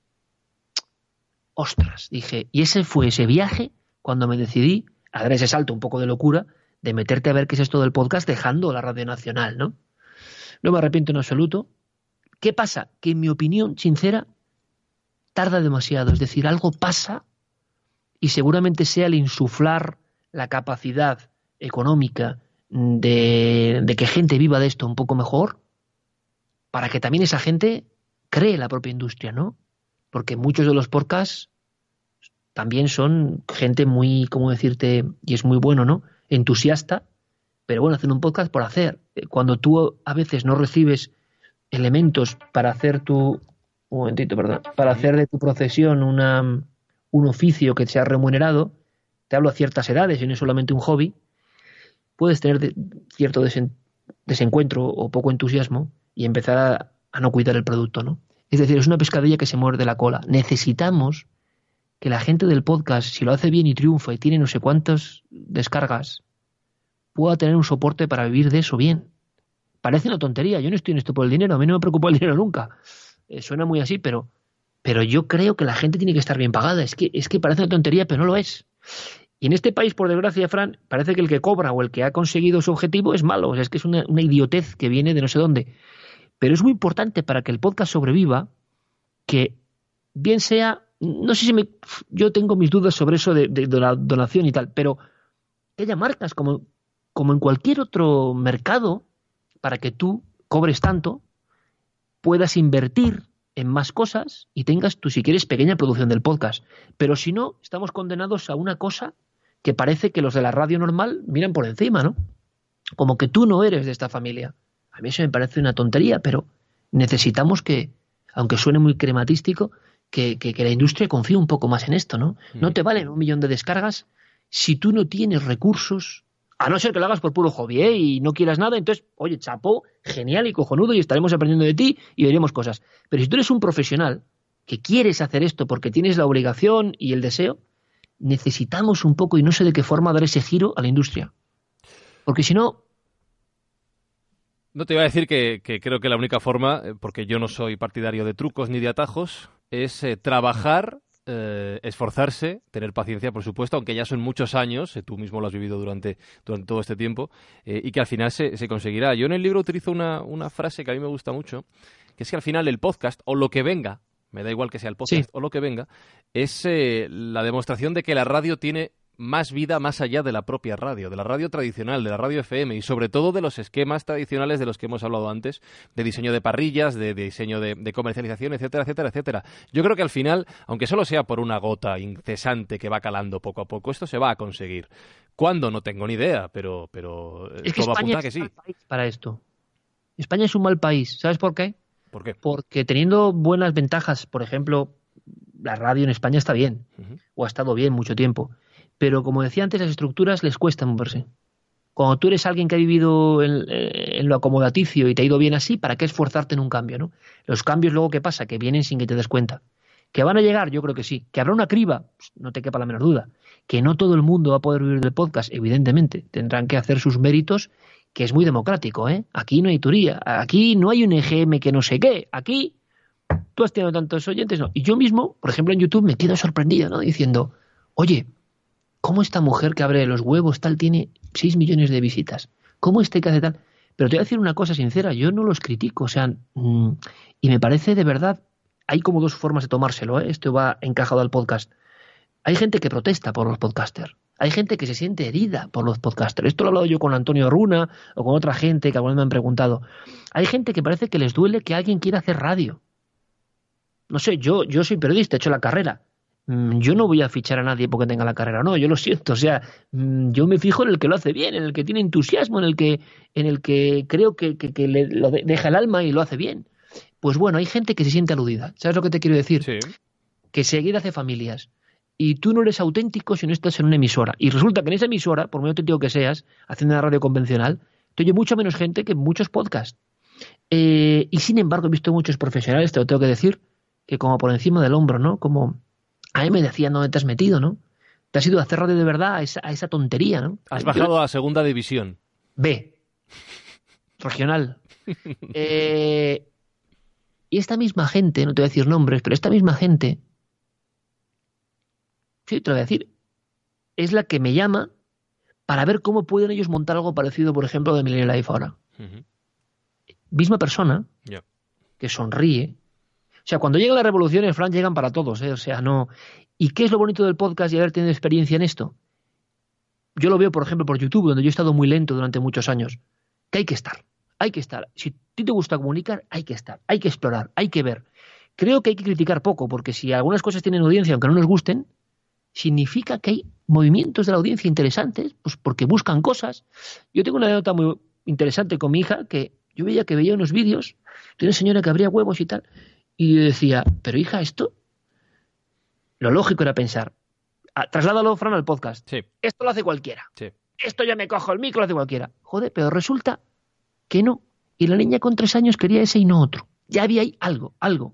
C: ostras, dije, y ese fue ese viaje cuando me decidí a dar ese salto un poco de locura de meterte a ver qué es esto del podcast dejando la Radio Nacional, ¿no? No me arrepiento en absoluto. ¿Qué pasa? Que en mi opinión sincera tarda demasiado, es decir, algo pasa y seguramente sea el insuflar la capacidad económica de que gente viva de esto un poco mejor para que también esa gente cree la propia industria, ¿no? Porque muchos de los podcasts también son gente muy, ¿cómo decirte? Y es muy bueno, ¿no? Entusiasta, pero bueno, hacen un podcast por hacer. Cuando tú a veces no recibes elementos para hacer un momentito, perdón, para hacer de tu profesión un oficio que sea remunerado, te hablo a ciertas edades y no es solamente un hobby, puedes tener cierto desencuentro o poco entusiasmo y empezar a no cuidar el producto, ¿no? Es decir, es una pescadilla que se muerde la cola. Necesitamos que la gente del podcast, si lo hace bien y triunfa y tiene no sé cuántas descargas, pueda tener un soporte para vivir de eso bien. Parece una tontería, yo no estoy en esto por el dinero, a mí no me preocupa el dinero nunca. Suena muy así, pero yo creo que la gente tiene que estar bien pagada. Es que parece una tontería, pero no lo es. Y en este país, por desgracia, Fran, parece que el que cobra o el que ha conseguido su objetivo es malo. O sea, es que es una idiotez que viene de no sé dónde. Pero es muy importante para que el podcast sobreviva que bien sea, no sé si yo tengo mis dudas sobre eso de la donación y tal, pero que haya marcas como en cualquier otro mercado para que tú cobres tanto, puedas invertir en más cosas y tengas tú, si quieres, pequeña producción del podcast. Pero si no, estamos condenados a una cosa que parece que los de la radio normal miran por encima, ¿no? Como que tú no eres de esta familia. A mí eso me parece una tontería, pero necesitamos que, aunque suene muy crematístico, que la industria confíe un poco más en esto, ¿no? No te valen 1 millón de descargas si tú no tienes recursos, a no ser que lo hagas por puro hobby, ¿eh? Y no quieras nada, entonces, oye, chapó, genial y cojonudo y estaremos aprendiendo de ti y veremos cosas. Pero si tú eres un profesional que quieres hacer esto porque tienes la obligación y el deseo, necesitamos un poco, y no sé de qué forma, dar ese giro a la industria. Porque si no...
B: No te iba a decir que creo que la única forma, porque yo no soy partidario de trucos ni de atajos, es trabajar, esforzarse, tener paciencia, por supuesto, aunque ya son muchos años, tú mismo lo has vivido durante todo este tiempo, y que al final se conseguirá. Yo en el libro utilizo una frase que a mí me gusta mucho, que es que al final el podcast, o lo que venga, me da igual que sea el podcast, sí, o lo que venga, es la demostración de que la radio tiene más vida más allá de la propia radio, de la radio tradicional, de la radio FM y sobre todo de los esquemas tradicionales de los que hemos hablado antes, de diseño de parrillas, de diseño de comercialización, etcétera, etcétera, etcétera. Yo creo que al final, aunque solo sea por una gota incesante que va calando poco a poco, esto se va a conseguir. ¿Cuándo? No tengo ni idea, pero
C: es que
B: todo
C: España
B: apunta a que sí.
C: Es un mal país para esto. España es un mal país. ¿Sabes por qué?
B: ¿Por qué?
C: Porque teniendo buenas ventajas, por ejemplo, la radio en España está bien, o ha estado bien mucho tiempo. Pero, como decía antes, las estructuras les cuesta moverse. Cuando tú eres alguien que ha vivido en lo acomodaticio y te ha ido bien así, ¿para qué esforzarte en un cambio, no? Los cambios luego, ¿qué pasa? Que vienen sin que te des cuenta. ¿Que van a llegar? Yo creo que sí. ¿Que habrá una criba? Pues no te quepa la menor duda. Que no todo el mundo va a poder vivir del podcast, evidentemente. Tendrán que hacer sus méritos, que es muy democrático, ¿eh? Aquí no hay turía. Aquí no hay un EGM que no sé qué. Aquí tú has tenido tantos oyentes, no. Y yo mismo, por ejemplo, en YouTube me quedo sorprendido, ¿no? Diciendo, oye, ¿cómo esta mujer que abre los huevos tal tiene 6 millones de visitas? ¿Cómo este que hace tal? Pero te voy a decir una cosa sincera, yo no los critico, o sea, y me parece de verdad, hay como dos formas de tomárselo, ¿eh? Esto va encajado al podcast. Hay gente que protesta por los podcasters, hay gente que se siente herida por los podcasters. Esto lo he hablado yo con Antonio Runa o con otra gente que alguna vez me han preguntado. Hay gente que parece que les duele que alguien quiera hacer radio. No sé, yo soy periodista, he hecho la carrera. Yo no voy a fichar a nadie porque tenga la carrera, no, yo lo siento, o sea, yo me fijo en el que lo hace bien, en el que tiene entusiasmo, en el que creo que deja el alma y lo hace bien. Pues bueno, hay gente que se siente aludida, ¿sabes lo que te quiero decir?
B: Sí.
C: Que seguir hace familias, y tú no eres auténtico si no estás en una emisora, y resulta que en esa emisora, por muy auténtico que seas, haciendo una radio convencional, te oye mucho menos gente que en muchos podcasts. Y sin embargo he visto muchos profesionales, te lo tengo que decir, que como por encima del hombro, ¿no? Como a mí me decían dónde te has metido, ¿no? Te has ido a hacer radio de verdad a esa tontería, ¿no?
B: Has bajado a segunda división.
C: B. Regional. Y esta misma gente, no te voy a decir nombres, pero esta misma gente, sí, te lo voy a decir, es la que me llama para ver cómo pueden ellos montar algo parecido, por ejemplo, de Millennial Life ahora. Misma persona que sonríe. O sea, cuando llegan las revoluciones, Fran, llegan para todos, ¿eh? O sea, no... ¿Y qué es lo bonito del podcast y haber tenido experiencia en esto? Yo lo veo, por ejemplo, por YouTube, donde yo he estado muy lento durante muchos años. Que hay que estar, hay que estar. Si a ti te gusta comunicar, hay que estar, hay que explorar, hay que ver. Creo que hay que criticar poco, porque si algunas cosas tienen audiencia, aunque no nos gusten, significa que hay movimientos de la audiencia interesantes, pues porque buscan cosas. Yo tengo una anécdota muy interesante con mi hija, que yo veía unos vídeos de una señora que abría huevos y tal, y yo decía, pero hija, esto, lo lógico era pensar, trasládalo, Fran, al podcast.
B: Sí.
C: Esto lo hace cualquiera.
B: Sí.
C: Esto ya me cojo el micro, lo hace cualquiera. Joder, pero resulta que no. Y la niña con 3 años quería ese y no otro. Ya había ahí algo.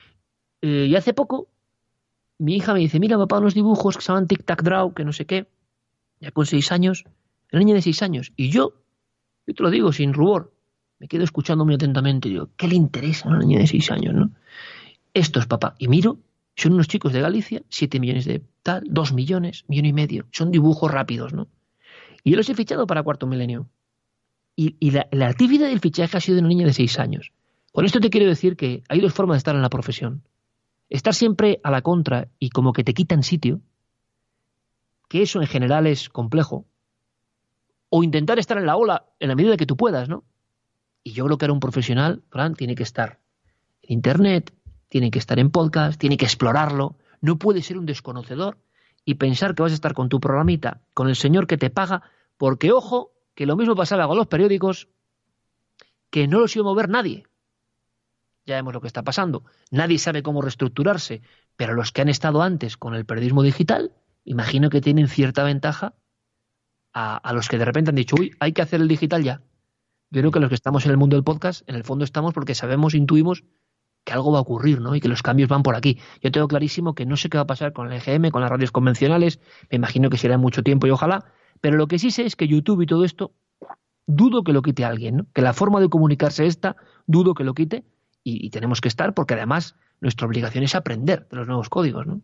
C: Y hace poco, mi hija me dice, mira, papá, unos dibujos que se llaman Tic Tac Draw, que no sé qué, ya con 6 años, la niña de 6 años. Y yo te lo digo sin rubor, me quedo escuchando muy atentamente y digo, ¿qué le interesa a una niña de 6 años, no? Esto es papá. Y miro, son unos chicos de Galicia, 7 millones de tal, 2 millones, 1,5 millones. Son dibujos rápidos, ¿no? Y yo los he fichado para Cuarto Milenio. Y la actividad del fichaje ha sido de una niña de 6 años. Con esto te quiero decir que hay dos formas de estar en la profesión. Estar siempre a la contra y como que te quitan sitio, que eso en general es complejo. O intentar estar en la ola en la medida que tú puedas, ¿no? Y yo creo que ahora un profesional, Fran, tiene que estar en Internet, tiene que estar en podcast, tiene que explorarlo. No puede ser un desconocedor y pensar que vas a estar con tu programita, con el señor que te paga, porque, ojo, que lo mismo pasaba con los periódicos, que no los iba a mover nadie. Ya vemos lo que está pasando. Nadie sabe cómo reestructurarse, pero los que han estado antes con el periodismo digital, imagino que tienen cierta ventaja a los que de repente han dicho, uy, hay que hacer el digital ya. Yo creo que los que estamos en el mundo del podcast, en el fondo estamos porque sabemos, intuimos que algo va a ocurrir, ¿no? Y que los cambios van por aquí. Yo tengo clarísimo que no sé qué va a pasar con el EGM, con las radios convencionales, me imagino que será en mucho tiempo y ojalá, pero lo que sí sé es que YouTube y todo esto, dudo que lo quite alguien, ¿no? Que la forma de comunicarse esta, dudo que lo quite y tenemos que estar porque además nuestra obligación es aprender de los nuevos códigos, ¿no?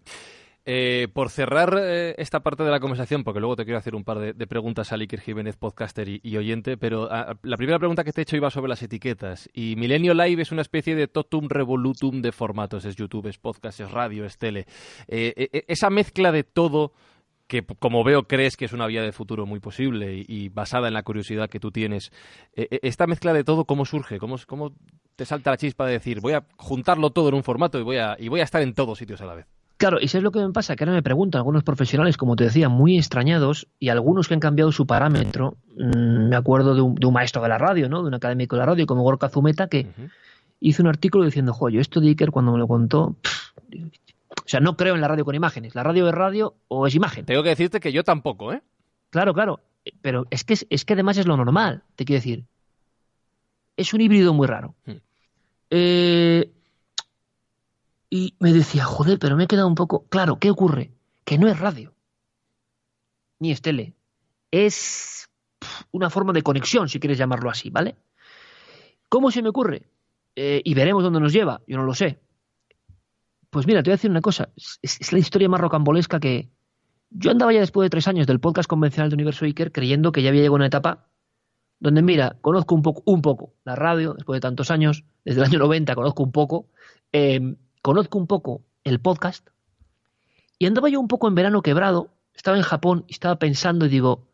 B: Por cerrar esta parte de la conversación, porque luego te quiero hacer un par de preguntas a Iker Jiménez, podcaster y oyente, pero la primera pregunta que te he hecho iba sobre las etiquetas. Y Milenio Live es una especie de totum revolutum de formatos. Es YouTube, es podcast, es radio, es tele. Esa mezcla de todo, que como veo crees que es una vía de futuro muy posible y basada en la curiosidad que tú tienes. Esta mezcla de todo, ¿cómo surge? ¿Cómo te salta la chispa de decir, voy a juntarlo todo en un formato y voy a estar en todos sitios a la vez?
C: Claro, y ¿sabes lo que me pasa? Que ahora me preguntan algunos profesionales, como te decía, muy extrañados, y algunos que han cambiado su parámetro. Me acuerdo de un maestro de la radio, ¿no? De un académico de la radio, como Gorka Zumeta, que hizo un artículo diciendo, yo esto de Iker cuando me lo contó... O sea, no creo en la radio con imágenes. La radio es radio o es imagen.
B: Tengo que decirte que yo tampoco, ¿eh?
C: Claro. Pero es que además es lo normal, te quiero decir. Es un híbrido muy raro. Y Y me decía, joder, pero me he quedado un poco... Claro, ¿qué ocurre? Que no es radio, ni es tele. Es una forma de conexión, si quieres llamarlo así, ¿vale? ¿Cómo se me ocurre? Y veremos dónde nos lleva, yo no lo sé. Pues mira, te voy a decir una cosa. Es la historia más rocambolesca que... Yo andaba ya después de 3 años del podcast convencional de Universo Iker creyendo que ya había llegado una etapa donde, mira, conozco un poco la radio, después de tantos años, desde el año 90 conozco un poco, conozco un poco el podcast, y andaba yo un poco en verano quebrado, estaba en Japón y estaba pensando y digo,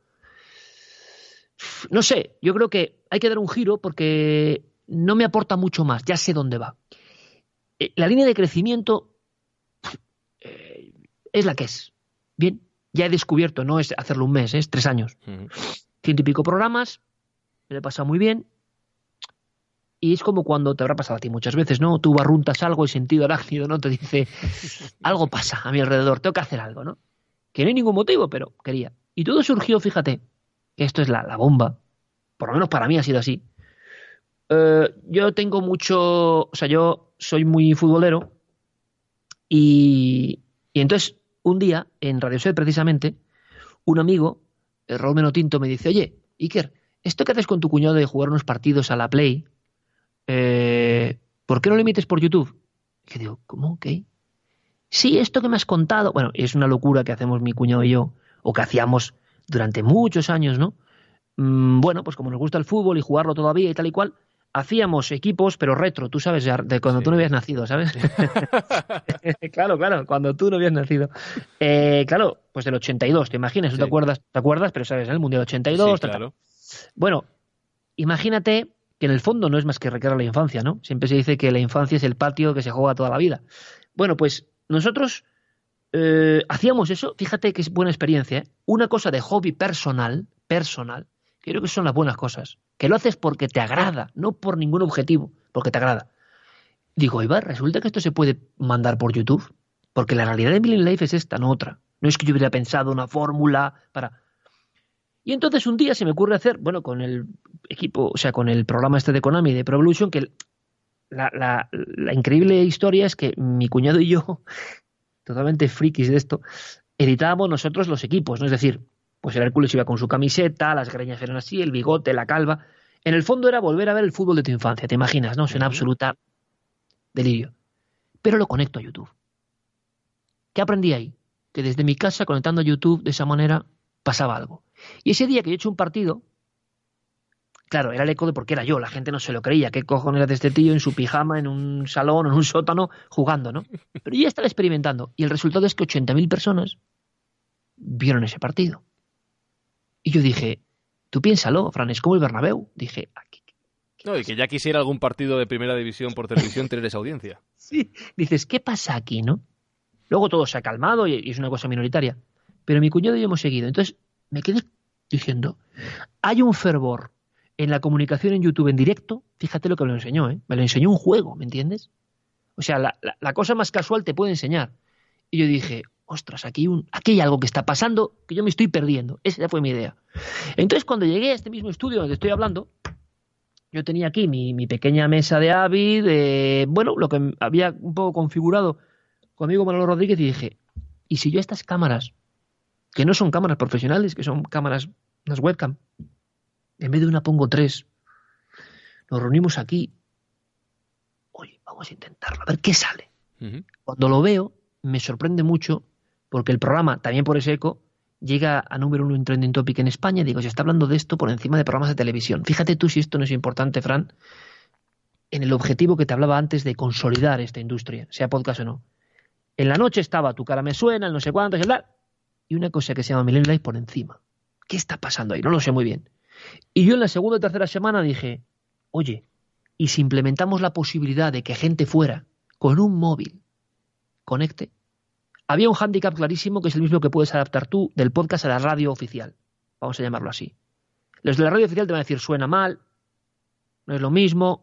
C: no sé, yo creo que hay que dar un giro porque no me aporta mucho más, ya sé dónde va. La línea de crecimiento es la que es. Bien, ya he descubierto, no es hacerlo un mes, es 3 años. 100 y pico programas, me lo he pasado muy bien. Y es como cuando te habrá pasado a ti muchas veces, ¿no? Tú barruntas algo y sentido arácnido, ¿no? Te dice, algo pasa a mi alrededor, tengo que hacer algo, ¿no? Que no hay ningún motivo, pero quería. Y todo surgió, fíjate, que esto es la bomba. Por lo menos para mí ha sido así. Yo tengo mucho... O sea, yo soy muy futbolero y entonces un día, en Radio Set precisamente, un amigo, Raúl Menotinto, me dice, oye, Iker, ¿esto que haces con tu cuñado de jugar unos partidos a la Play, ¿por qué no lo emites por YouTube? Y yo digo, ¿cómo? ¿Qué? Sí, esto que me has contado, bueno, es una locura que hacemos mi cuñado y yo, o que hacíamos durante muchos años, ¿no? Bueno, pues como nos gusta el fútbol y jugarlo todavía y tal y cual, hacíamos equipos, pero retro, tú sabes, de cuando tú no habías nacido, ¿sabes? Claro, cuando tú no habías nacido. Claro, pues del 82, ¿te imaginas? ¿No te acuerdas? ¿Te acuerdas? Pero sabes, en el Mundial 82,
B: sí, claro.
C: Bueno, imagínate que en el fondo no es más que recrear la infancia, ¿no? Siempre se dice que la infancia es el patio que se juega toda la vida. Bueno, pues nosotros hacíamos eso, fíjate que es buena experiencia, ¿eh? Una cosa de hobby personal, que creo que son las buenas cosas, que lo haces porque te agrada, no por ningún objetivo, porque te agrada. Digo, Ibar, resulta que esto se puede mandar por YouTube, porque la realidad de Millennium Life es esta, no otra. No es que yo hubiera pensado una fórmula para... Y entonces un día se me ocurre hacer, bueno, con el equipo, o sea, con el programa este de Konami, de Pro Evolution, que la increíble historia es que mi cuñado y yo, totalmente frikis de esto, editábamos nosotros los equipos, ¿no? Es decir, pues el Hércules iba con su camiseta, las greñas eran así, el bigote, la calva. En el fondo era volver a ver el fútbol de tu infancia, ¿te imaginas? ¿No? Es una absoluta delirio. Pero lo conecto a YouTube. ¿Qué aprendí ahí? Que desde mi casa, conectando a YouTube de esa manera, pasaba algo. Y ese día que yo he hecho un partido, claro, era el eco de porque era yo, la gente no se lo creía. ¿Qué cojones era de este tío en su pijama, en un salón, en un sótano, jugando, ¿no? Pero yo ya estaba experimentando. Y el resultado es que 80.000 personas vieron ese partido. Y yo dije, tú piénsalo, Fran, es como el Bernabéu. Dije, aquí.
B: No, y que ya quisiera algún partido de primera división por televisión tener esa audiencia.
C: Sí, dices, ¿qué pasa aquí, no? Luego todo se ha calmado y es una cosa minoritaria. Pero mi cuñado y yo hemos seguido. Entonces me quedé diciendo, hay un fervor en la comunicación en YouTube en directo. Fíjate lo que me lo enseñó, ¿eh? Me lo enseñó un juego, ¿me entiendes? O sea, la cosa más casual te puede enseñar. Y yo dije, ostras, aquí hay algo que está pasando que yo me estoy perdiendo. Esa fue mi idea. Entonces, cuando llegué a este mismo estudio donde estoy hablando, yo tenía aquí mi pequeña mesa de Avid, bueno, lo que había un poco configurado con mi amigo Manolo Rodríguez, y dije, ¿y si yo estas cámaras, que no son cámaras profesionales, que son cámaras, unas webcam, en vez de una pongo 3, nos reunimos aquí, oye, vamos a intentarlo, a ver qué sale? Uh-huh. Cuando lo veo, me sorprende mucho, porque el programa, también por ese eco, llega a número 1 en Trending Topic en España. Digo, se está hablando de esto por encima de programas de televisión. Fíjate tú si esto no es importante, Fran, en el objetivo que te hablaba antes de consolidar esta industria, sea podcast o no. En la noche estaba Tu cara me suena, el no sé cuánto, y una cosa que se llama Millennium Life por encima. ¿Qué está pasando ahí? No lo sé muy bien. Y yo en la segunda o tercera semana dije, oye, ¿y si implementamos la posibilidad de que gente fuera con un móvil conecte? Había un hándicap clarísimo que es el mismo que puedes adaptar tú del podcast a la radio oficial. Vamos a llamarlo así. Los de la radio oficial te van a decir, suena mal, no es lo mismo,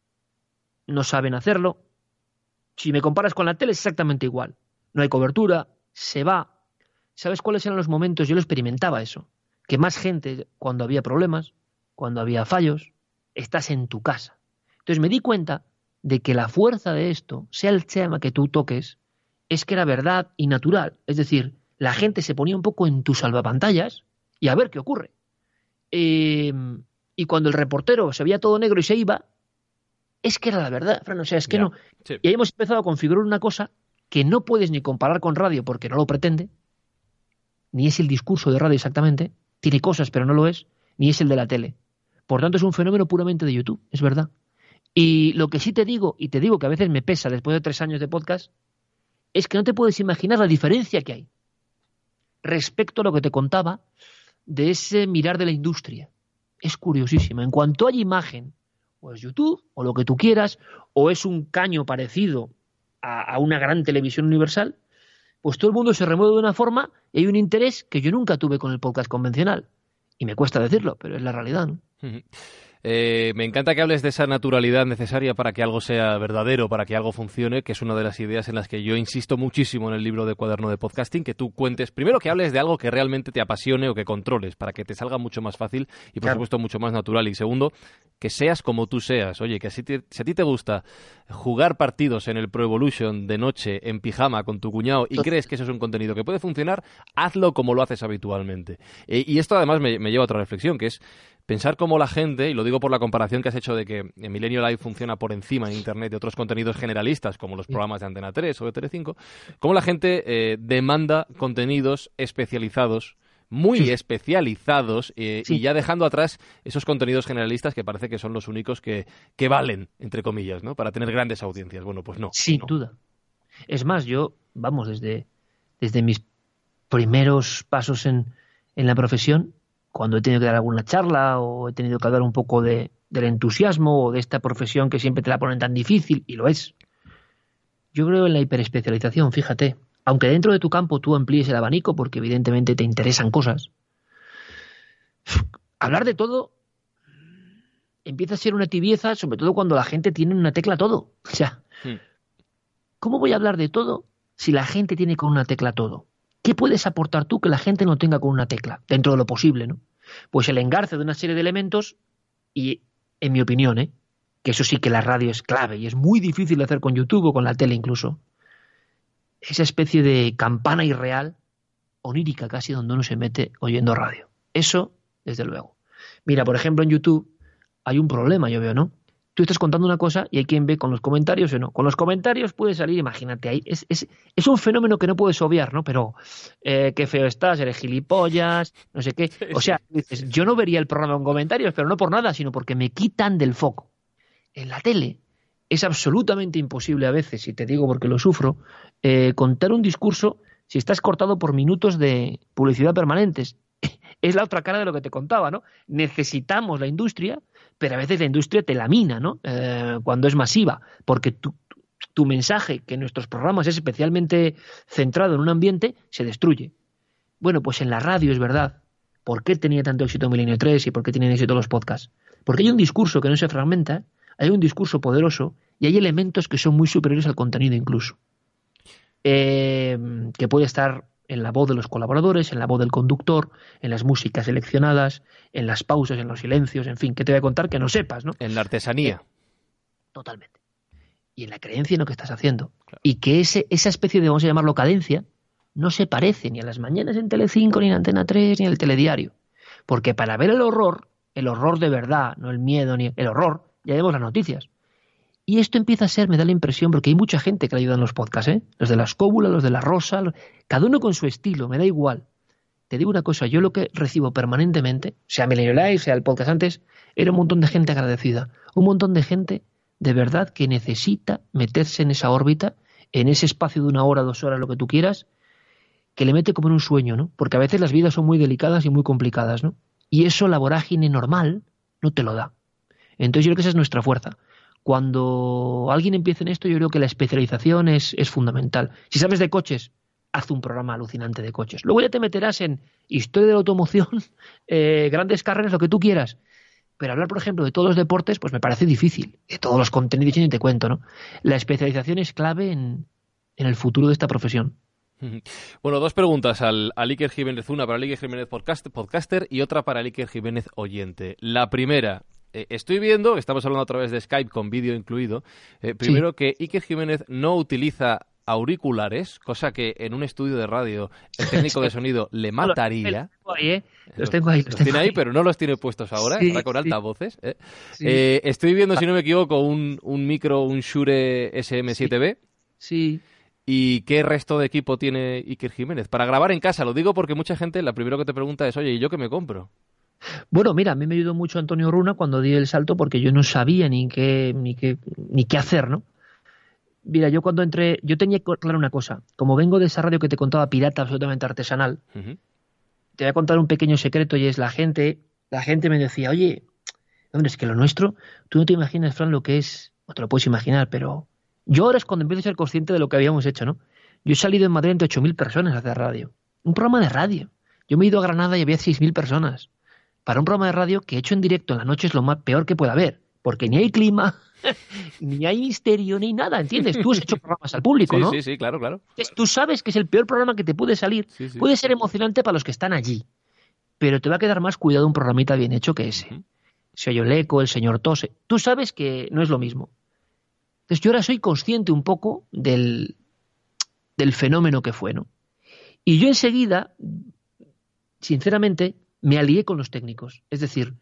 C: no saben hacerlo. Si me comparas con la tele es exactamente igual. No hay cobertura, se va. ¿Sabes cuáles eran los momentos? Yo lo experimentaba eso. Que más gente, cuando había problemas, cuando había fallos, estás en tu casa. Entonces me di cuenta de que la fuerza de esto, sea el tema que tú toques, es que era verdad y natural. Es decir, la gente se ponía un poco en tus salvapantallas y a ver qué ocurre. Y cuando el reportero se veía todo negro y se iba, es que era la verdad, Fran. O sea, es que no. Sí. Y ahí hemos empezado a configurar una cosa que no puedes ni comparar con radio porque no lo pretende, ni es el discurso de radio exactamente, tiene cosas pero no lo es, ni es el de la tele. Por tanto, es un fenómeno puramente de YouTube, es verdad. Y lo que sí te digo, y te digo que a veces me pesa después de 3 años de podcast, es que no te puedes imaginar la diferencia que hay respecto a lo que te contaba de ese mirar de la industria. Es curiosísimo. En cuanto hay imagen, o es YouTube, o lo que tú quieras, o es un caño parecido a una gran televisión universal, pues todo el mundo se remueve de una forma y hay un interés que yo nunca tuve con el podcast convencional. Y me cuesta decirlo, pero es la realidad, ¿no?
B: Me encanta que hables de esa naturalidad necesaria para que algo sea verdadero, para que algo funcione, que es una de las ideas en las que yo insisto muchísimo en el libro de Cuaderno de Podcasting, que tú cuentes, primero que hables de algo que realmente te apasione o que controles, para que te salga mucho más fácil y por supuesto mucho más natural. Y segundo, que seas como tú seas. Oye, que si a ti te gusta jugar partidos en el Pro Evolution de noche en pijama con tu cuñado y crees que eso es un contenido que puede funcionar, hazlo como lo haces habitualmente. Y esto además me lleva a otra reflexión, que es pensar cómo la gente, y lo digo por la comparación que has hecho de que Milenio Live funciona por encima en Internet de otros contenidos generalistas, como los programas de Antena 3 o de Telecinco, cómo la gente demanda contenidos especializados, muy especializados, y ya dejando atrás esos contenidos generalistas que parece que son los únicos que valen, entre comillas, ¿no? Para tener grandes audiencias. Bueno, pues no.
C: Sin duda. Es más, yo, vamos, desde mis primeros pasos en la profesión, cuando he tenido que dar alguna charla o he tenido que hablar un poco del entusiasmo o de esta profesión que siempre te la ponen tan difícil, y lo es. Yo creo en la hiperespecialización, fíjate. Aunque dentro de tu campo tú amplíes el abanico porque evidentemente te interesan cosas, hablar de todo empieza a ser una tibieza, sobre todo cuando la gente tiene una tecla todo. O sea, ¿cómo voy a hablar de todo si la gente tiene con una tecla todo? ¿Qué puedes aportar tú que la gente no tenga con una tecla? Dentro de lo posible, ¿no? Pues el engarce de una serie de elementos y, en mi opinión, que eso sí que la radio es clave y es muy difícil de hacer con YouTube o con la tele incluso, esa especie de campana irreal, onírica casi, donde uno se mete oyendo radio. Eso, desde luego. Mira, por ejemplo, en YouTube hay un problema, yo veo, ¿no? Tú estás contando una cosa y hay quien ve con los comentarios o no. Con los comentarios puede salir, imagínate, ahí es un fenómeno que no puedes obviar, ¿no? Pero qué feo estás, eres gilipollas, no sé qué. O sea, dices, yo no vería el programa con comentarios, pero no por nada, sino porque me quitan del foco. En la tele es absolutamente imposible a veces, y te digo porque lo sufro, contar un discurso si estás cortado por minutos de publicidad permanentes. Es la otra cara de lo que te contaba, ¿no? Necesitamos la industria, pero a veces la industria te lamina, ¿no? Cuando es masiva, porque tu mensaje, que en nuestros programas es especialmente centrado en un ambiente, se destruye. Bueno, pues en la radio es verdad. ¿Por qué tenía tanto éxito Milenio 3 y por qué tienen éxito los podcasts? Porque hay un discurso que no se fragmenta, hay un discurso poderoso y hay elementos que son muy superiores al contenido incluso. Que puede estar en la voz de los colaboradores, en la voz del conductor, en las músicas seleccionadas, en las pausas, en los silencios, en fin, ¿qué te voy a contar que no sepas, no?
B: En la artesanía.
C: Totalmente. Y en la creencia en lo que estás haciendo. Claro. Y que esa especie de, vamos a llamarlo, cadencia, no se parece ni a las mañanas en Telecinco, ni en Antena 3, ni en el telediario. Porque para ver el horror de verdad, no el miedo, ni el horror, ya vemos las noticias. Y esto empieza a ser, me da la impresión, porque hay mucha gente que le ayuda en los podcasts, los de la Escóbula, los de la Rosa, cada uno con su estilo, me da igual. Te digo una cosa, yo lo que recibo permanentemente, sea Milenio Live, sea el podcast antes, era un montón de gente agradecida, un montón de gente de verdad que necesita meterse en esa órbita, en ese espacio de 1 hora, 2 horas, lo que tú quieras, que le mete como en un sueño, ¿no? Porque a veces las vidas son muy delicadas y muy complicadas, ¿no? Y eso la vorágine normal no te lo da. Entonces yo creo que esa es nuestra fuerza. Cuando alguien empieza en esto, yo creo que la especialización es fundamental. Si sabes de coches, haz un programa alucinante de coches. Luego ya te meterás en historia de la automoción, grandes carreras, lo que tú quieras. Pero hablar, por ejemplo, de todos los deportes, pues me parece difícil. De todos los contenidos, ni te cuento, ¿no? La especialización es clave en el futuro de esta profesión.
B: Bueno, 2 preguntas al Iker Jiménez. Una para el Iker Jiménez podcaster y otra para el Iker Jiménez oyente. La primera, Estoy viendo, estamos hablando a través de Skype con vídeo incluido, primero que Iker Jiménez no utiliza auriculares, cosa que en un estudio de radio el técnico de sonido le mataría.
C: Los tengo ahí.
B: Los tiene ahí, pero no los tiene puestos ahora, ahora con altavoces.
C: Sí.
B: Estoy viendo, si no me equivoco, un micro, un Shure SM7B.
C: Sí.
B: ¿Y qué resto de equipo tiene Iker Jiménez? Para grabar en casa, lo digo porque mucha gente, la primero que te pregunta es, oye, ¿y yo qué me compro?
C: Bueno, mira, a mí me ayudó mucho Antonio Runa cuando di el salto porque yo no sabía ni qué hacer, ¿no? Mira, yo cuando entré, yo tenía claro una cosa. Como vengo de esa radio que te contaba pirata, absolutamente artesanal, te voy a contar un pequeño secreto y es la gente me decía, oye, hombre, es que lo nuestro, tú no te imaginas, Fran, lo que es, o te lo puedes imaginar, pero yo ahora es cuando empiezo a ser consciente de lo que habíamos hecho, ¿no? Yo he salido en Madrid entre 8.000 personas a hacer radio. Un programa de radio. Yo me he ido a Granada y había 6.000 personas. Para un programa de radio que he hecho en directo en la noche es lo más peor que puede haber, porque ni hay clima, ni hay misterio, ni nada, ¿entiendes? Tú has hecho programas al público, ¿no?
B: Sí, claro.
C: Entonces, tú sabes que es el peor programa que te puede salir.
B: Sí.
C: Puede ser emocionante para los que están allí, pero te va a quedar más cuidado un programita bien hecho que ese. Se oye el eco, el señor tose. Tú sabes que no es lo mismo. Entonces yo ahora soy consciente un poco del fenómeno que fue, ¿no? Y yo enseguida, sinceramente, me alié con los técnicos. Es decir,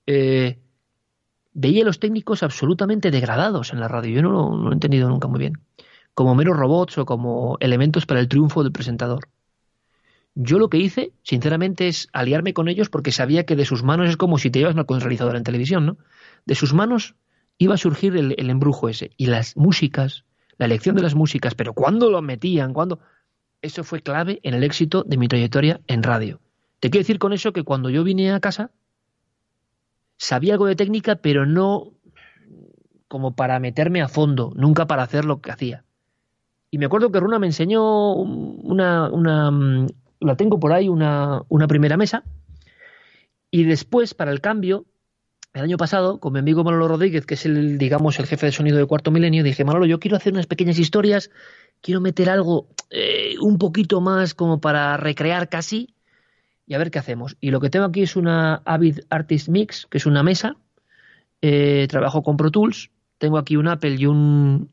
C: veía a los técnicos absolutamente degradados en la radio. Yo no lo he entendido nunca muy bien. Como meros robots o como elementos para el triunfo del presentador. Yo lo que hice, sinceramente, es aliarme con ellos porque sabía que de sus manos es como si te llevas una controladora en televisión, ¿no? De sus manos iba a surgir el embrujo ese. Y las músicas, la elección de las músicas, pero ¿cuándo lo metían? ¿Cuándo? Eso fue clave en el éxito de mi trayectoria en radio. Te quiero decir con eso que cuando yo vine a casa sabía algo de técnica, pero no como para meterme a fondo, nunca para hacer lo que hacía. Y me acuerdo que Runa me enseñó la tengo por ahí, una primera mesa, y después, para el cambio, el año pasado, con mi amigo Manolo Rodríguez, que es el jefe de sonido de Cuarto Milenio, dije, Manolo, yo quiero hacer unas pequeñas historias, quiero meter algo un poquito más como para recrear casi, y a ver qué hacemos. Y lo que tengo aquí es una Avid Artist Mix, que es una mesa, trabajo con Pro Tools, tengo aquí un Apple y un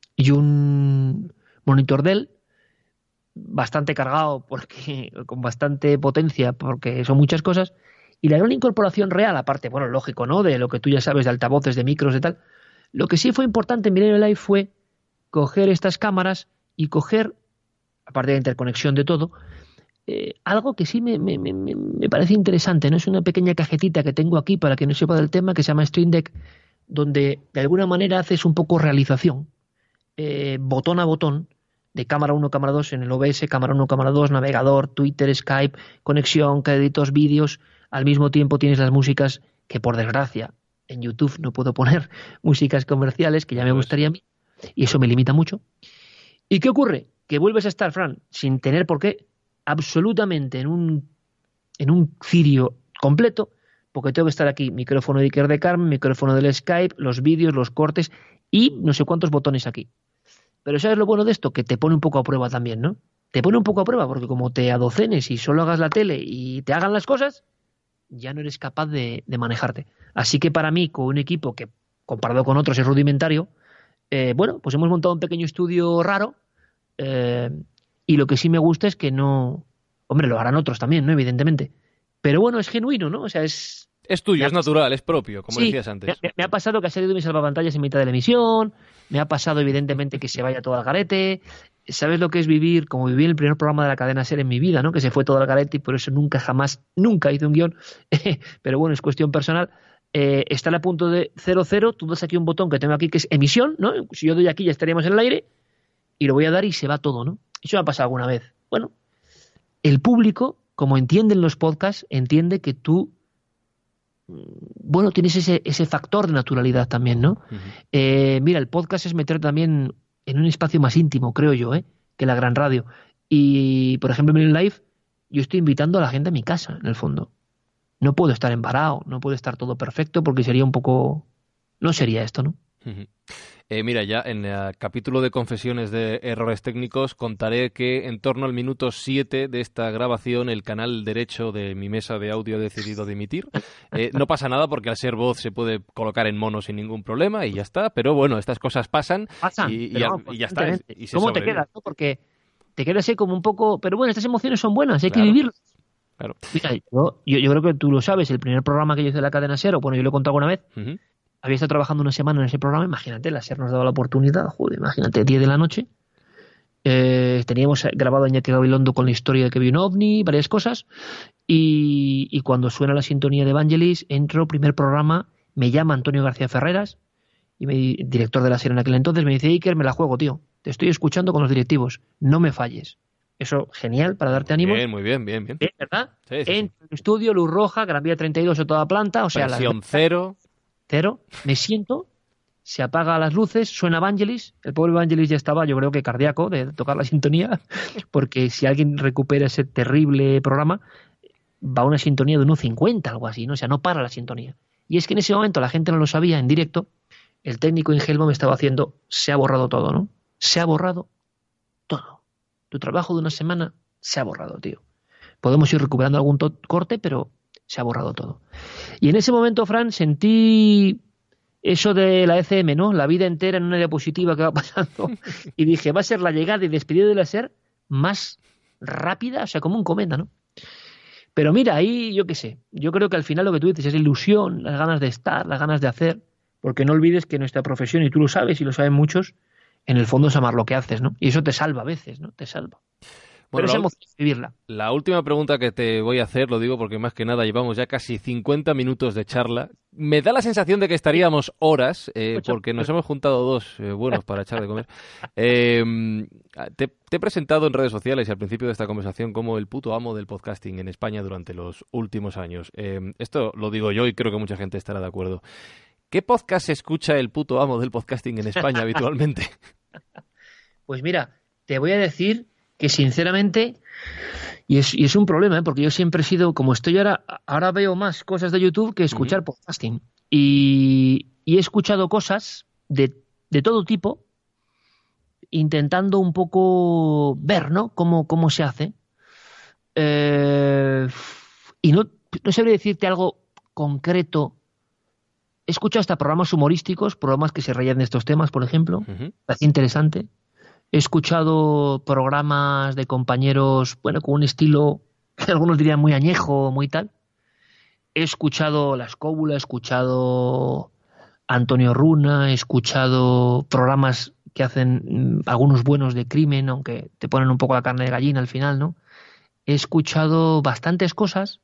C: monitor Dell, bastante cargado, con bastante potencia, porque son muchas cosas, y la gran incorporación real, aparte, bueno, lógico, ¿no?, de lo que tú ya sabes de altavoces, de micros, de tal, lo que sí fue importante en Milenio Live fue coger estas cámaras y coger, aparte de la interconexión de todo, algo que sí me parece interesante, ¿no? Es una pequeña cajetita que tengo aquí para que no sepa del tema, que se llama Stream Deck, donde de alguna manera haces un poco realización, botón a botón, de cámara 1, cámara 2 en el OBS, cámara 1, cámara 2, navegador, Twitter, Skype, conexión, créditos, vídeos. Al mismo tiempo tienes las músicas que, por desgracia, en YouTube no puedo poner músicas comerciales, que ya me gustaría a mí, y eso me limita mucho. ¿Y qué ocurre? Que vuelves a estar, Fran, sin tener por qué, absolutamente en un cirio completo, porque tengo que estar aquí, micrófono de Iker de Carmen, micrófono del Skype, los vídeos, los cortes y no sé cuántos botones aquí. Pero ¿sabes lo bueno de esto? Que te pone un poco a prueba también, ¿no? Te pone un poco a prueba porque como te adocenes y solo hagas la tele y te hagan las cosas, ya no eres capaz de manejarte. Así que para mí, con un equipo que comparado con otros es rudimentario, bueno, pues hemos montado un pequeño estudio raro, y lo que sí me gusta es que no... Hombre, lo harán otros también, ¿no? Evidentemente. Pero bueno, es genuino, ¿no? O sea, es
B: tuyo, es natural, es propio, como decías antes.
C: Me ha pasado que ha salido mi salvapantallas en mitad de la emisión, me ha pasado evidentemente que se vaya todo al garete. ¿Sabes lo que es vivir, como viví en el primer programa de la cadena SER en mi vida, ¿no? Que se fue todo al garete y por eso nunca hice un guión. Pero bueno, es cuestión personal. Está a punto de 0-0, tú das aquí un botón que tengo aquí que es emisión, ¿no? Si yo doy aquí ya estaríamos en el aire y lo voy a dar y se va todo, ¿no? Eso me ha pasado alguna vez. Bueno, el público, como entienden los podcasts, entiende que tú, bueno, tienes ese factor de naturalidad también, ¿no? Uh-huh. Mira, el podcast es meter también en un espacio más íntimo, creo yo, que la gran radio. Y, por ejemplo, en Live, yo estoy invitando a la gente a mi casa, en el fondo. No puedo estar embarado, no puede estar todo perfecto porque sería un poco... No sería esto, ¿no?
B: Mira, ya en el capítulo de confesiones de errores técnicos contaré que en torno al minuto 7 de esta grabación el canal derecho de mi mesa de audio ha decidido dimitir. No pasa nada porque al ser voz se puede colocar en mono sin ningún problema y ya está, pero bueno, estas cosas pasan y ya está. Y
C: ¿Cómo te quedas? ¿No? Porque te quedas ahí como un poco... Pero bueno, estas emociones son buenas, hay que vivirlas.
B: Claro.
C: Mira, yo creo que tú lo sabes, el primer programa que yo hice de la cadena SER, bueno, yo lo he contado alguna vez, había estado trabajando una semana en ese programa, imagínate, la SER nos daba la oportunidad, joder, imagínate, 10 de la noche, teníamos grabado a Iñaki Gabilondo con la historia de que vio un ovni, varias cosas, y cuando suena la sintonía de Evangelis, entro, primer programa, me llama Antonio García Ferreras, director de la SER en aquel entonces, me dice, Iker, me la juego, tío, te estoy escuchando con los directivos, no me falles. Eso, genial, para darte ánimo.
B: Muy bien.
C: ¿Verdad?
B: Sí.
C: En el estudio, luz roja, Gran Vía 32 a toda planta, o sea...
B: Presión cero,
C: me siento, se apagan las luces, suena Evangelis, el pobre Evangelis ya estaba, yo creo que cardíaco de tocar la sintonía, porque si alguien recupera ese terrible programa, va a una sintonía de 1.50, algo así, ¿no? O sea, no para la sintonía. Y es que en ese momento la gente no lo sabía, en directo, el técnico Ingelmo me estaba haciendo, se ha borrado todo, ¿no? Se ha borrado todo. Tu trabajo de una semana se ha borrado, tío. Podemos ir recuperando algún corte, pero se ha borrado todo. Y en ese momento, Fran, sentí eso de la ECM, ¿no? La vida entera en una diapositiva que va pasando. Y dije, va a ser la llegada y despedida de la SER más rápida, o sea, como un cometa, ¿no? Pero mira, ahí yo qué sé. Yo creo que al final lo que tú dices es ilusión, las ganas de estar, las ganas de hacer. Porque no olvides que nuestra profesión, y tú lo sabes y lo saben muchos, en el fondo es amar lo que haces, ¿no? Y eso te salva a veces, ¿no? Te salva.
B: Bueno,
C: pero es emoción vivirla.
B: La última pregunta que te voy a hacer, lo digo porque más que nada llevamos ya casi 50 minutos de charla. Me da la sensación de que estaríamos horas, porque nos hemos juntado dos buenos para echar de comer. Te he presentado en redes sociales y al principio de esta conversación como el puto amo del podcasting en España durante los últimos años. Esto lo digo yo y creo que mucha gente estará de acuerdo. ¿Qué podcast escucha el puto amo del podcasting en España habitualmente?
C: Pues mira, te voy a decir que sinceramente, y es un problema, porque yo siempre he sido, como estoy ahora veo más cosas de YouTube que escuchar podcasting. Y he escuchado cosas de todo tipo, intentando un poco ver, ¿no? Cómo se hace. Y no sabría decirte algo concreto. He escuchado hasta programas humorísticos, programas que se reían de estos temas, por ejemplo. Parece interesante. He escuchado programas de compañeros, bueno, con un estilo que algunos dirían muy añejo, muy tal. He escuchado La Escóbula, he escuchado Antonio Runa, he escuchado programas que hacen algunos buenos de crimen, aunque te ponen un poco la carne de gallina al final, ¿no? He escuchado bastantes cosas,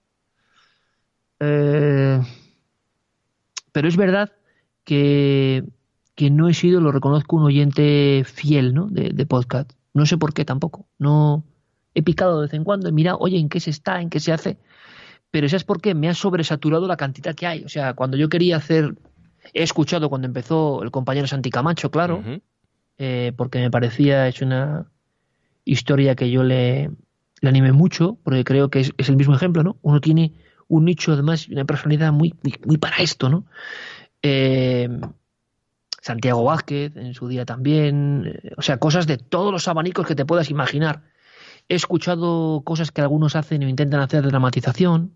C: pero es verdad que no he sido, lo reconozco, un oyente fiel, ¿no? de podcast. No sé por qué tampoco. No he picado de vez en cuando, he mirado, oye, ¿en qué se está? ¿En qué se hace? Pero ¿sabes por qué? Me ha sobresaturado la cantidad que hay. O sea, cuando yo quería hacer... He escuchado cuando empezó el compañero Santi Camacho, claro, porque me parecía, es una historia que yo le animé mucho, porque creo que es el mismo ejemplo, ¿no? Uno tiene un nicho, además, una personalidad muy para esto, ¿no? Santiago Vázquez en su día también, o sea, cosas de todos los abanicos que te puedas imaginar. He escuchado cosas que algunos hacen o intentan hacer de dramatización.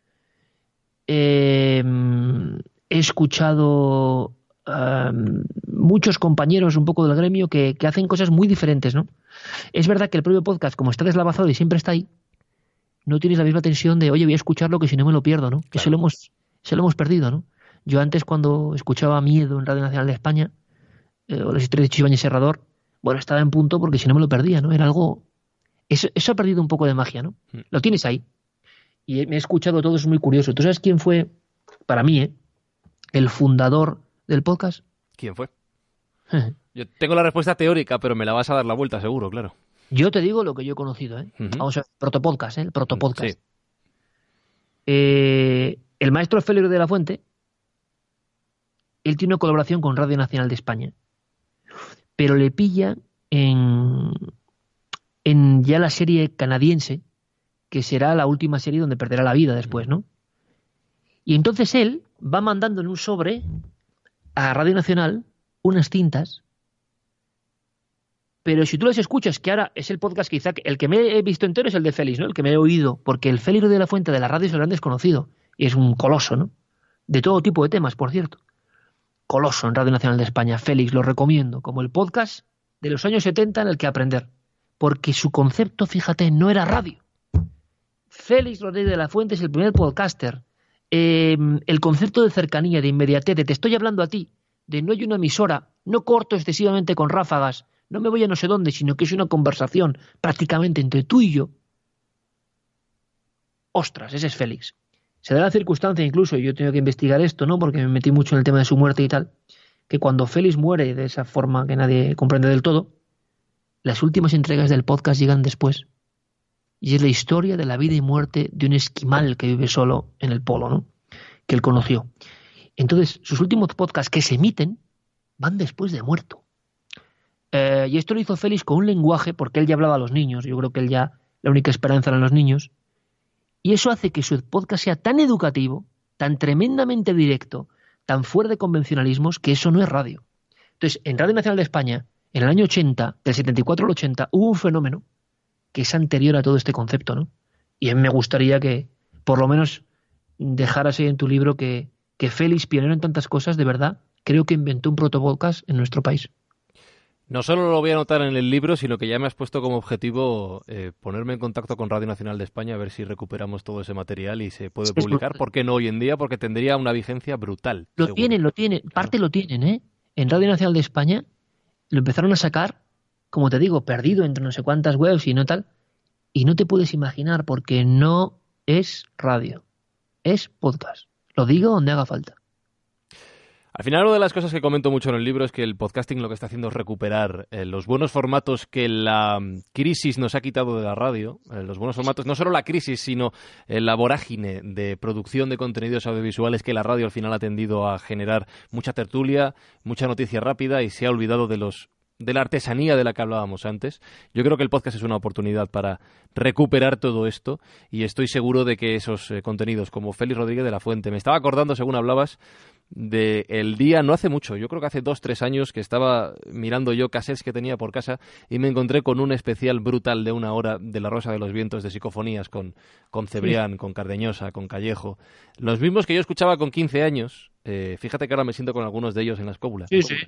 C: He escuchado muchos compañeros un poco del gremio que hacen cosas muy diferentes, ¿no? Es verdad que el propio podcast, como está deslavazado y siempre está ahí, no tienes la misma tensión de, oye, voy a escucharlo que si no me lo pierdo, ¿no? Claro. Que se lo hemos perdido, ¿no? Yo antes, cuando escuchaba Miedo en Radio Nacional de España, o las historias de Chicho Ibáñez Serrador, bueno, estaba en punto porque si no me lo perdía, ¿no? Era algo... Eso ha perdido un poco de magia, ¿no? Lo tienes ahí. Y me he escuchado todo, es muy curioso. ¿Tú sabes quién fue, para mí, el fundador del podcast?
B: ¿Quién fue? Yo tengo la respuesta teórica, pero me la vas a dar la vuelta seguro, claro.
C: Yo te digo lo que yo he conocido, ¿eh? Vamos a ver, protopodcast, ¿eh? El protopodcast. Sí. El maestro Félix de la Fuente, él tiene una colaboración con Radio Nacional de España, pero le pilla en ya la serie canadiense, que será la última serie donde perderá la vida después, ¿no? Y entonces él va mandando en un sobre a Radio Nacional unas cintas, pero si tú las escuchas, que ahora es el podcast quizá, el que me he visto entero es el de Félix, ¿no? El que me he oído, porque el Félix de la Fuente de la radio es el gran desconocido, y es un coloso, ¿no? De todo tipo de temas, por cierto. Coloso en Radio Nacional de España. Félix, lo recomiendo, como el podcast de los años 70 en el que aprender, porque su concepto, fíjate, no era radio. Félix Rodríguez de la Fuente es el primer podcaster. El concepto de cercanía, de inmediatez, de te estoy hablando a ti, de no hay una emisora, no corto excesivamente con ráfagas, no me voy a no sé dónde, sino que es una conversación prácticamente entre tú y yo. Ostras, ese es Félix. Se da la circunstancia incluso, y yo he tenido que investigar esto, ¿no? Porque me metí mucho en el tema de su muerte y tal, que cuando Félix muere de esa forma que nadie comprende del todo, las últimas entregas del podcast llegan después. Y es la historia de la vida y muerte de un esquimal que vive solo en el polo, ¿no? Que él conoció. Entonces, sus últimos podcasts que se emiten van después de muerto. Y esto lo hizo Félix con un lenguaje, porque él ya hablaba a los niños. Yo creo que él ya, la única esperanza eran los niños. Y eso hace que su podcast sea tan educativo, tan tremendamente directo, tan fuera de convencionalismos, que eso no es radio. Entonces, en Radio Nacional de España, en el año 80, del 74 al 80, hubo un fenómeno que es anterior a todo este concepto, ¿no? Y a mí me gustaría que, por lo menos, dejaras ahí en tu libro que Félix, pionero en tantas cosas, de verdad, creo que inventó un protopodcast en nuestro país.
B: No solo lo voy a anotar en el libro, sino que ya me has puesto como objetivo ponerme en contacto con Radio Nacional de España a ver si recuperamos todo ese material y se puede publicar. ¿Por qué no hoy en día? Porque tendría una vigencia brutal.
C: Lo tienen, parte lo tienen, ¿eh? En Radio Nacional de España lo empezaron a sacar, como te digo, perdido entre no sé cuántas webs y no tal, y no te puedes imaginar porque no es radio, es podcast. Lo digo donde haga falta.
B: Al final, una de las cosas que comento mucho en el libro es que el podcasting lo que está haciendo es recuperar los buenos formatos que la crisis nos ha quitado de la radio. Los buenos formatos, no solo la crisis, sino la vorágine de producción de contenidos audiovisuales que la radio al final ha tendido a generar mucha tertulia, mucha noticia rápida y se ha olvidado de la artesanía de la que hablábamos antes. Yo creo que el podcast es una oportunidad para recuperar todo esto y estoy seguro de que esos contenidos como Félix Rodríguez de la Fuente, me estaba acordando según hablabas de el día, no hace mucho, yo creo que hace 2-3 años que estaba mirando yo cassettes que tenía por casa y me encontré con un especial brutal de 1 hora de La Rosa de los Vientos de psicofonías con Cebrián, sí, con Cardeñosa, con Callejo, los mismos que yo escuchaba con 15 años. Fíjate que ahora me siento con algunos de ellos en la escóbula.
C: Sí, sí.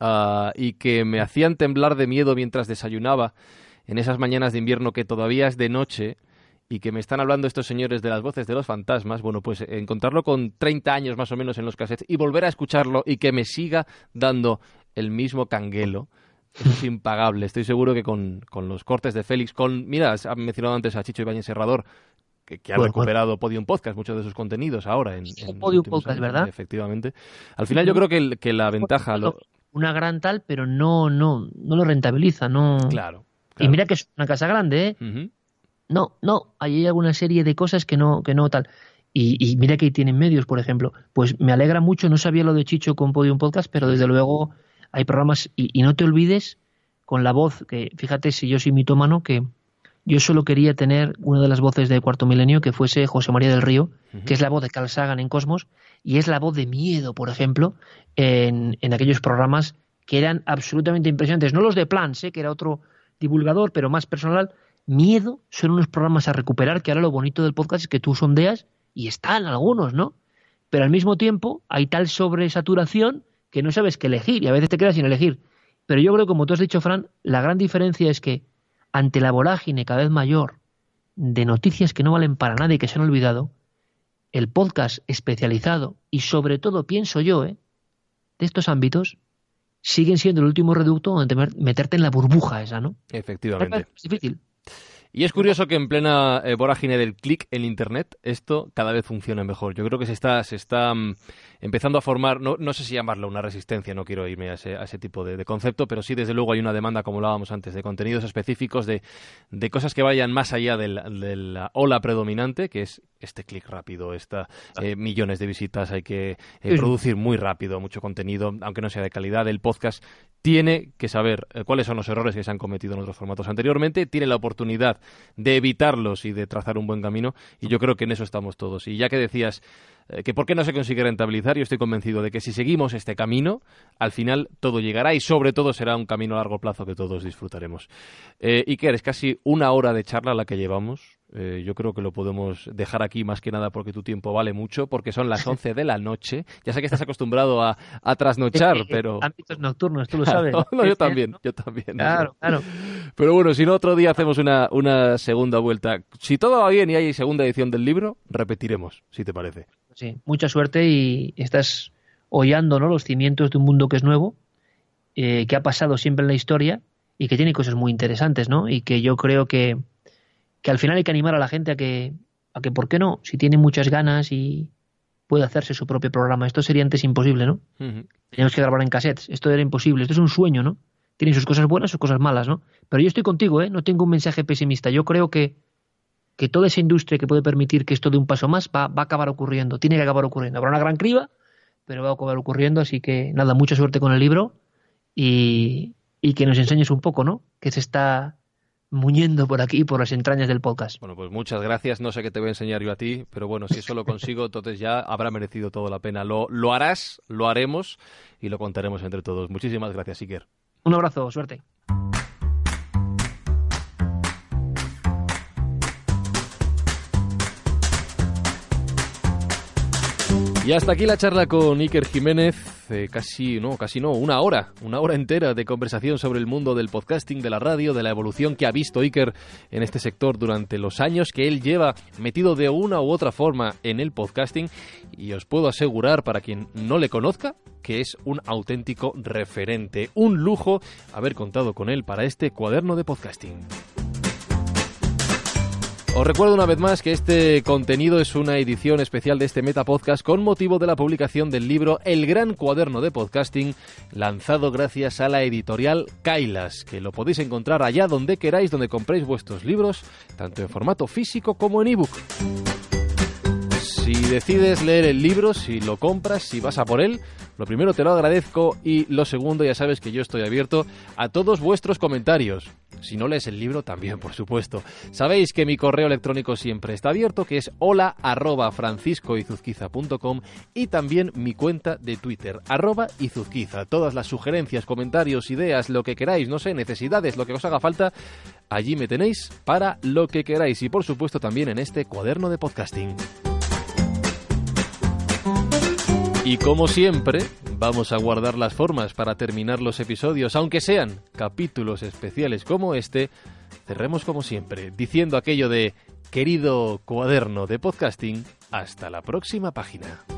B: Y que me hacían temblar de miedo mientras desayunaba en esas mañanas de invierno que todavía es de noche y que me están hablando estos señores de las voces de los fantasmas. Bueno, pues encontrarlo con 30 años más o menos en los cassettes y volver a escucharlo y que me siga dando el mismo canguelo, eso es impagable. Estoy seguro que con los cortes de Félix, mira, has mencionado antes a Chicho Ibáñez Serrador, que ha recuperado Podium Podcast, muchos de sus contenidos ahora. En
C: Podium Podcast, años, ¿verdad?
B: Efectivamente. Al final yo creo que la ventaja...
C: Una gran tal, pero no lo rentabiliza, no...
B: Claro.
C: Y mira que es una casa grande, ¿eh?
B: Uh-huh.
C: No, ahí hay alguna serie de cosas que no tal. Y mira que tienen medios, por ejemplo. Pues me alegra mucho, no sabía lo de Chicho con Podium Podcast, pero desde luego hay programas, y no te olvides con la voz, que fíjate si yo soy mitómano, que yo solo quería tener una de las voces de Cuarto Milenio que fuese José María del Río, uh-huh, que es la voz de Carl Sagan en Cosmos, y es la voz de Miedo, por ejemplo, en aquellos programas que eran absolutamente impresionantes. No los de Plans, que era otro divulgador, pero más personal. Miedo son unos programas a recuperar, que ahora lo bonito del podcast es que tú sondeas y están algunos, ¿no? Pero al mismo tiempo hay tal sobresaturación que no sabes qué elegir y a veces te quedas sin elegir. Pero yo creo, como tú has dicho, Fran, la gran diferencia es que ante la vorágine cada vez mayor de noticias que no valen para nada y que se han olvidado, el podcast especializado y sobre todo, pienso yo, de estos ámbitos, siguen siendo el último reducto donde meterte en la burbuja esa, ¿no?
B: Efectivamente.
C: Es difícil.
B: Y es curioso que en plena vorágine del clic en Internet esto cada vez funciona mejor. Yo creo que se está empezando a formar, no sé si llamarlo una resistencia, no quiero irme a ese tipo de concepto, pero sí desde luego hay una demanda, como hablábamos antes, de contenidos específicos, de cosas que vayan más allá de la ola predominante, que es este clic rápido, millones de visitas, hay que producir muy rápido mucho contenido, aunque no sea de calidad. El podcast tiene que saber cuáles son los errores que se han cometido en otros formatos anteriormente, tiene la oportunidad de evitarlos y de trazar un buen camino, y yo creo que en eso estamos todos. Y ya que decías que por qué no se consigue rentabilizar, yo estoy convencido de que si seguimos este camino, al final todo llegará y sobre todo será un camino a largo plazo que todos disfrutaremos. Iker, es casi una hora de charla la que llevamos. Yo creo que lo podemos dejar aquí más que nada porque tu tiempo vale mucho, porque son las 11 de la noche. Ya sé que estás acostumbrado a trasnochar, pero...
C: Ámbitos nocturnos, tú lo sabes.
B: No, yo también.
C: Claro.
B: Pero bueno, si no, otro día hacemos una segunda vuelta. Si todo va bien y hay segunda edición del libro, repetiremos, si te parece.
C: Sí, mucha suerte y estás hollando, ¿no?, los cimientos de un mundo que es nuevo, que ha pasado siempre en la historia y que tiene cosas muy interesantes, ¿no? Y que yo creo que al final hay que animar a la gente a que, ¿por qué no? Si tiene muchas ganas y puede hacerse su propio programa. Esto sería antes imposible, ¿no? Uh-huh. Teníamos que grabar en cassettes. Esto era imposible. Esto es un sueño, ¿no? Tiene sus cosas buenas, sus cosas malas, ¿no? Pero yo estoy contigo, ¿eh? No tengo un mensaje pesimista. Yo creo que toda esa industria que puede permitir que esto dé un paso más va a acabar ocurriendo. Tiene que acabar ocurriendo. Habrá una gran criba, pero va a acabar ocurriendo. Así que, nada, mucha suerte con el libro y que nos enseñes un poco, ¿no? Que se está muñendo por aquí, por las entrañas del podcast.
B: Bueno, pues muchas gracias. No sé qué te voy a enseñar yo a ti, pero bueno, si eso lo consigo, entonces ya habrá merecido toda la pena. Lo harás, lo haremos y lo contaremos entre todos. Muchísimas gracias, Iker.
C: Un abrazo, suerte.
B: Y hasta aquí la charla con Iker Jiménez. Casi no, una hora entera de conversación sobre el mundo del podcasting, de la radio, de la evolución que ha visto Iker en este sector durante los años que él lleva metido de una u otra forma en el podcasting, y os puedo asegurar, para quien no le conozca, que es un auténtico referente. Un lujo haber contado con él para este cuaderno de podcasting. Os recuerdo una vez más que este contenido es una edición especial de este Metapodcast con motivo de la publicación del libro El Gran Cuaderno de Podcasting, lanzado gracias a la editorial Kailas, que lo podéis encontrar allá donde queráis, donde compréis vuestros libros, tanto en formato físico como en ebook. Si decides leer el libro, si lo compras, si vas a por él, lo primero te lo agradezco, y lo segundo, ya sabes que yo estoy abierto a todos vuestros comentarios. Si no lees el libro, también, por supuesto. Sabéis que mi correo electrónico siempre está abierto, que es hola@franciscoizuzquiza.com, y también mi cuenta de Twitter, @izuzquiza. Todas las sugerencias, comentarios, ideas, lo que queráis, no sé, necesidades, lo que os haga falta, allí me tenéis para lo que queráis. Y por supuesto también en este cuaderno de podcasting. Y como siempre, vamos a guardar las formas para terminar los episodios, aunque sean capítulos especiales como este. Cerremos como siempre, diciendo aquello de: querido cuaderno de podcasting, hasta la próxima página.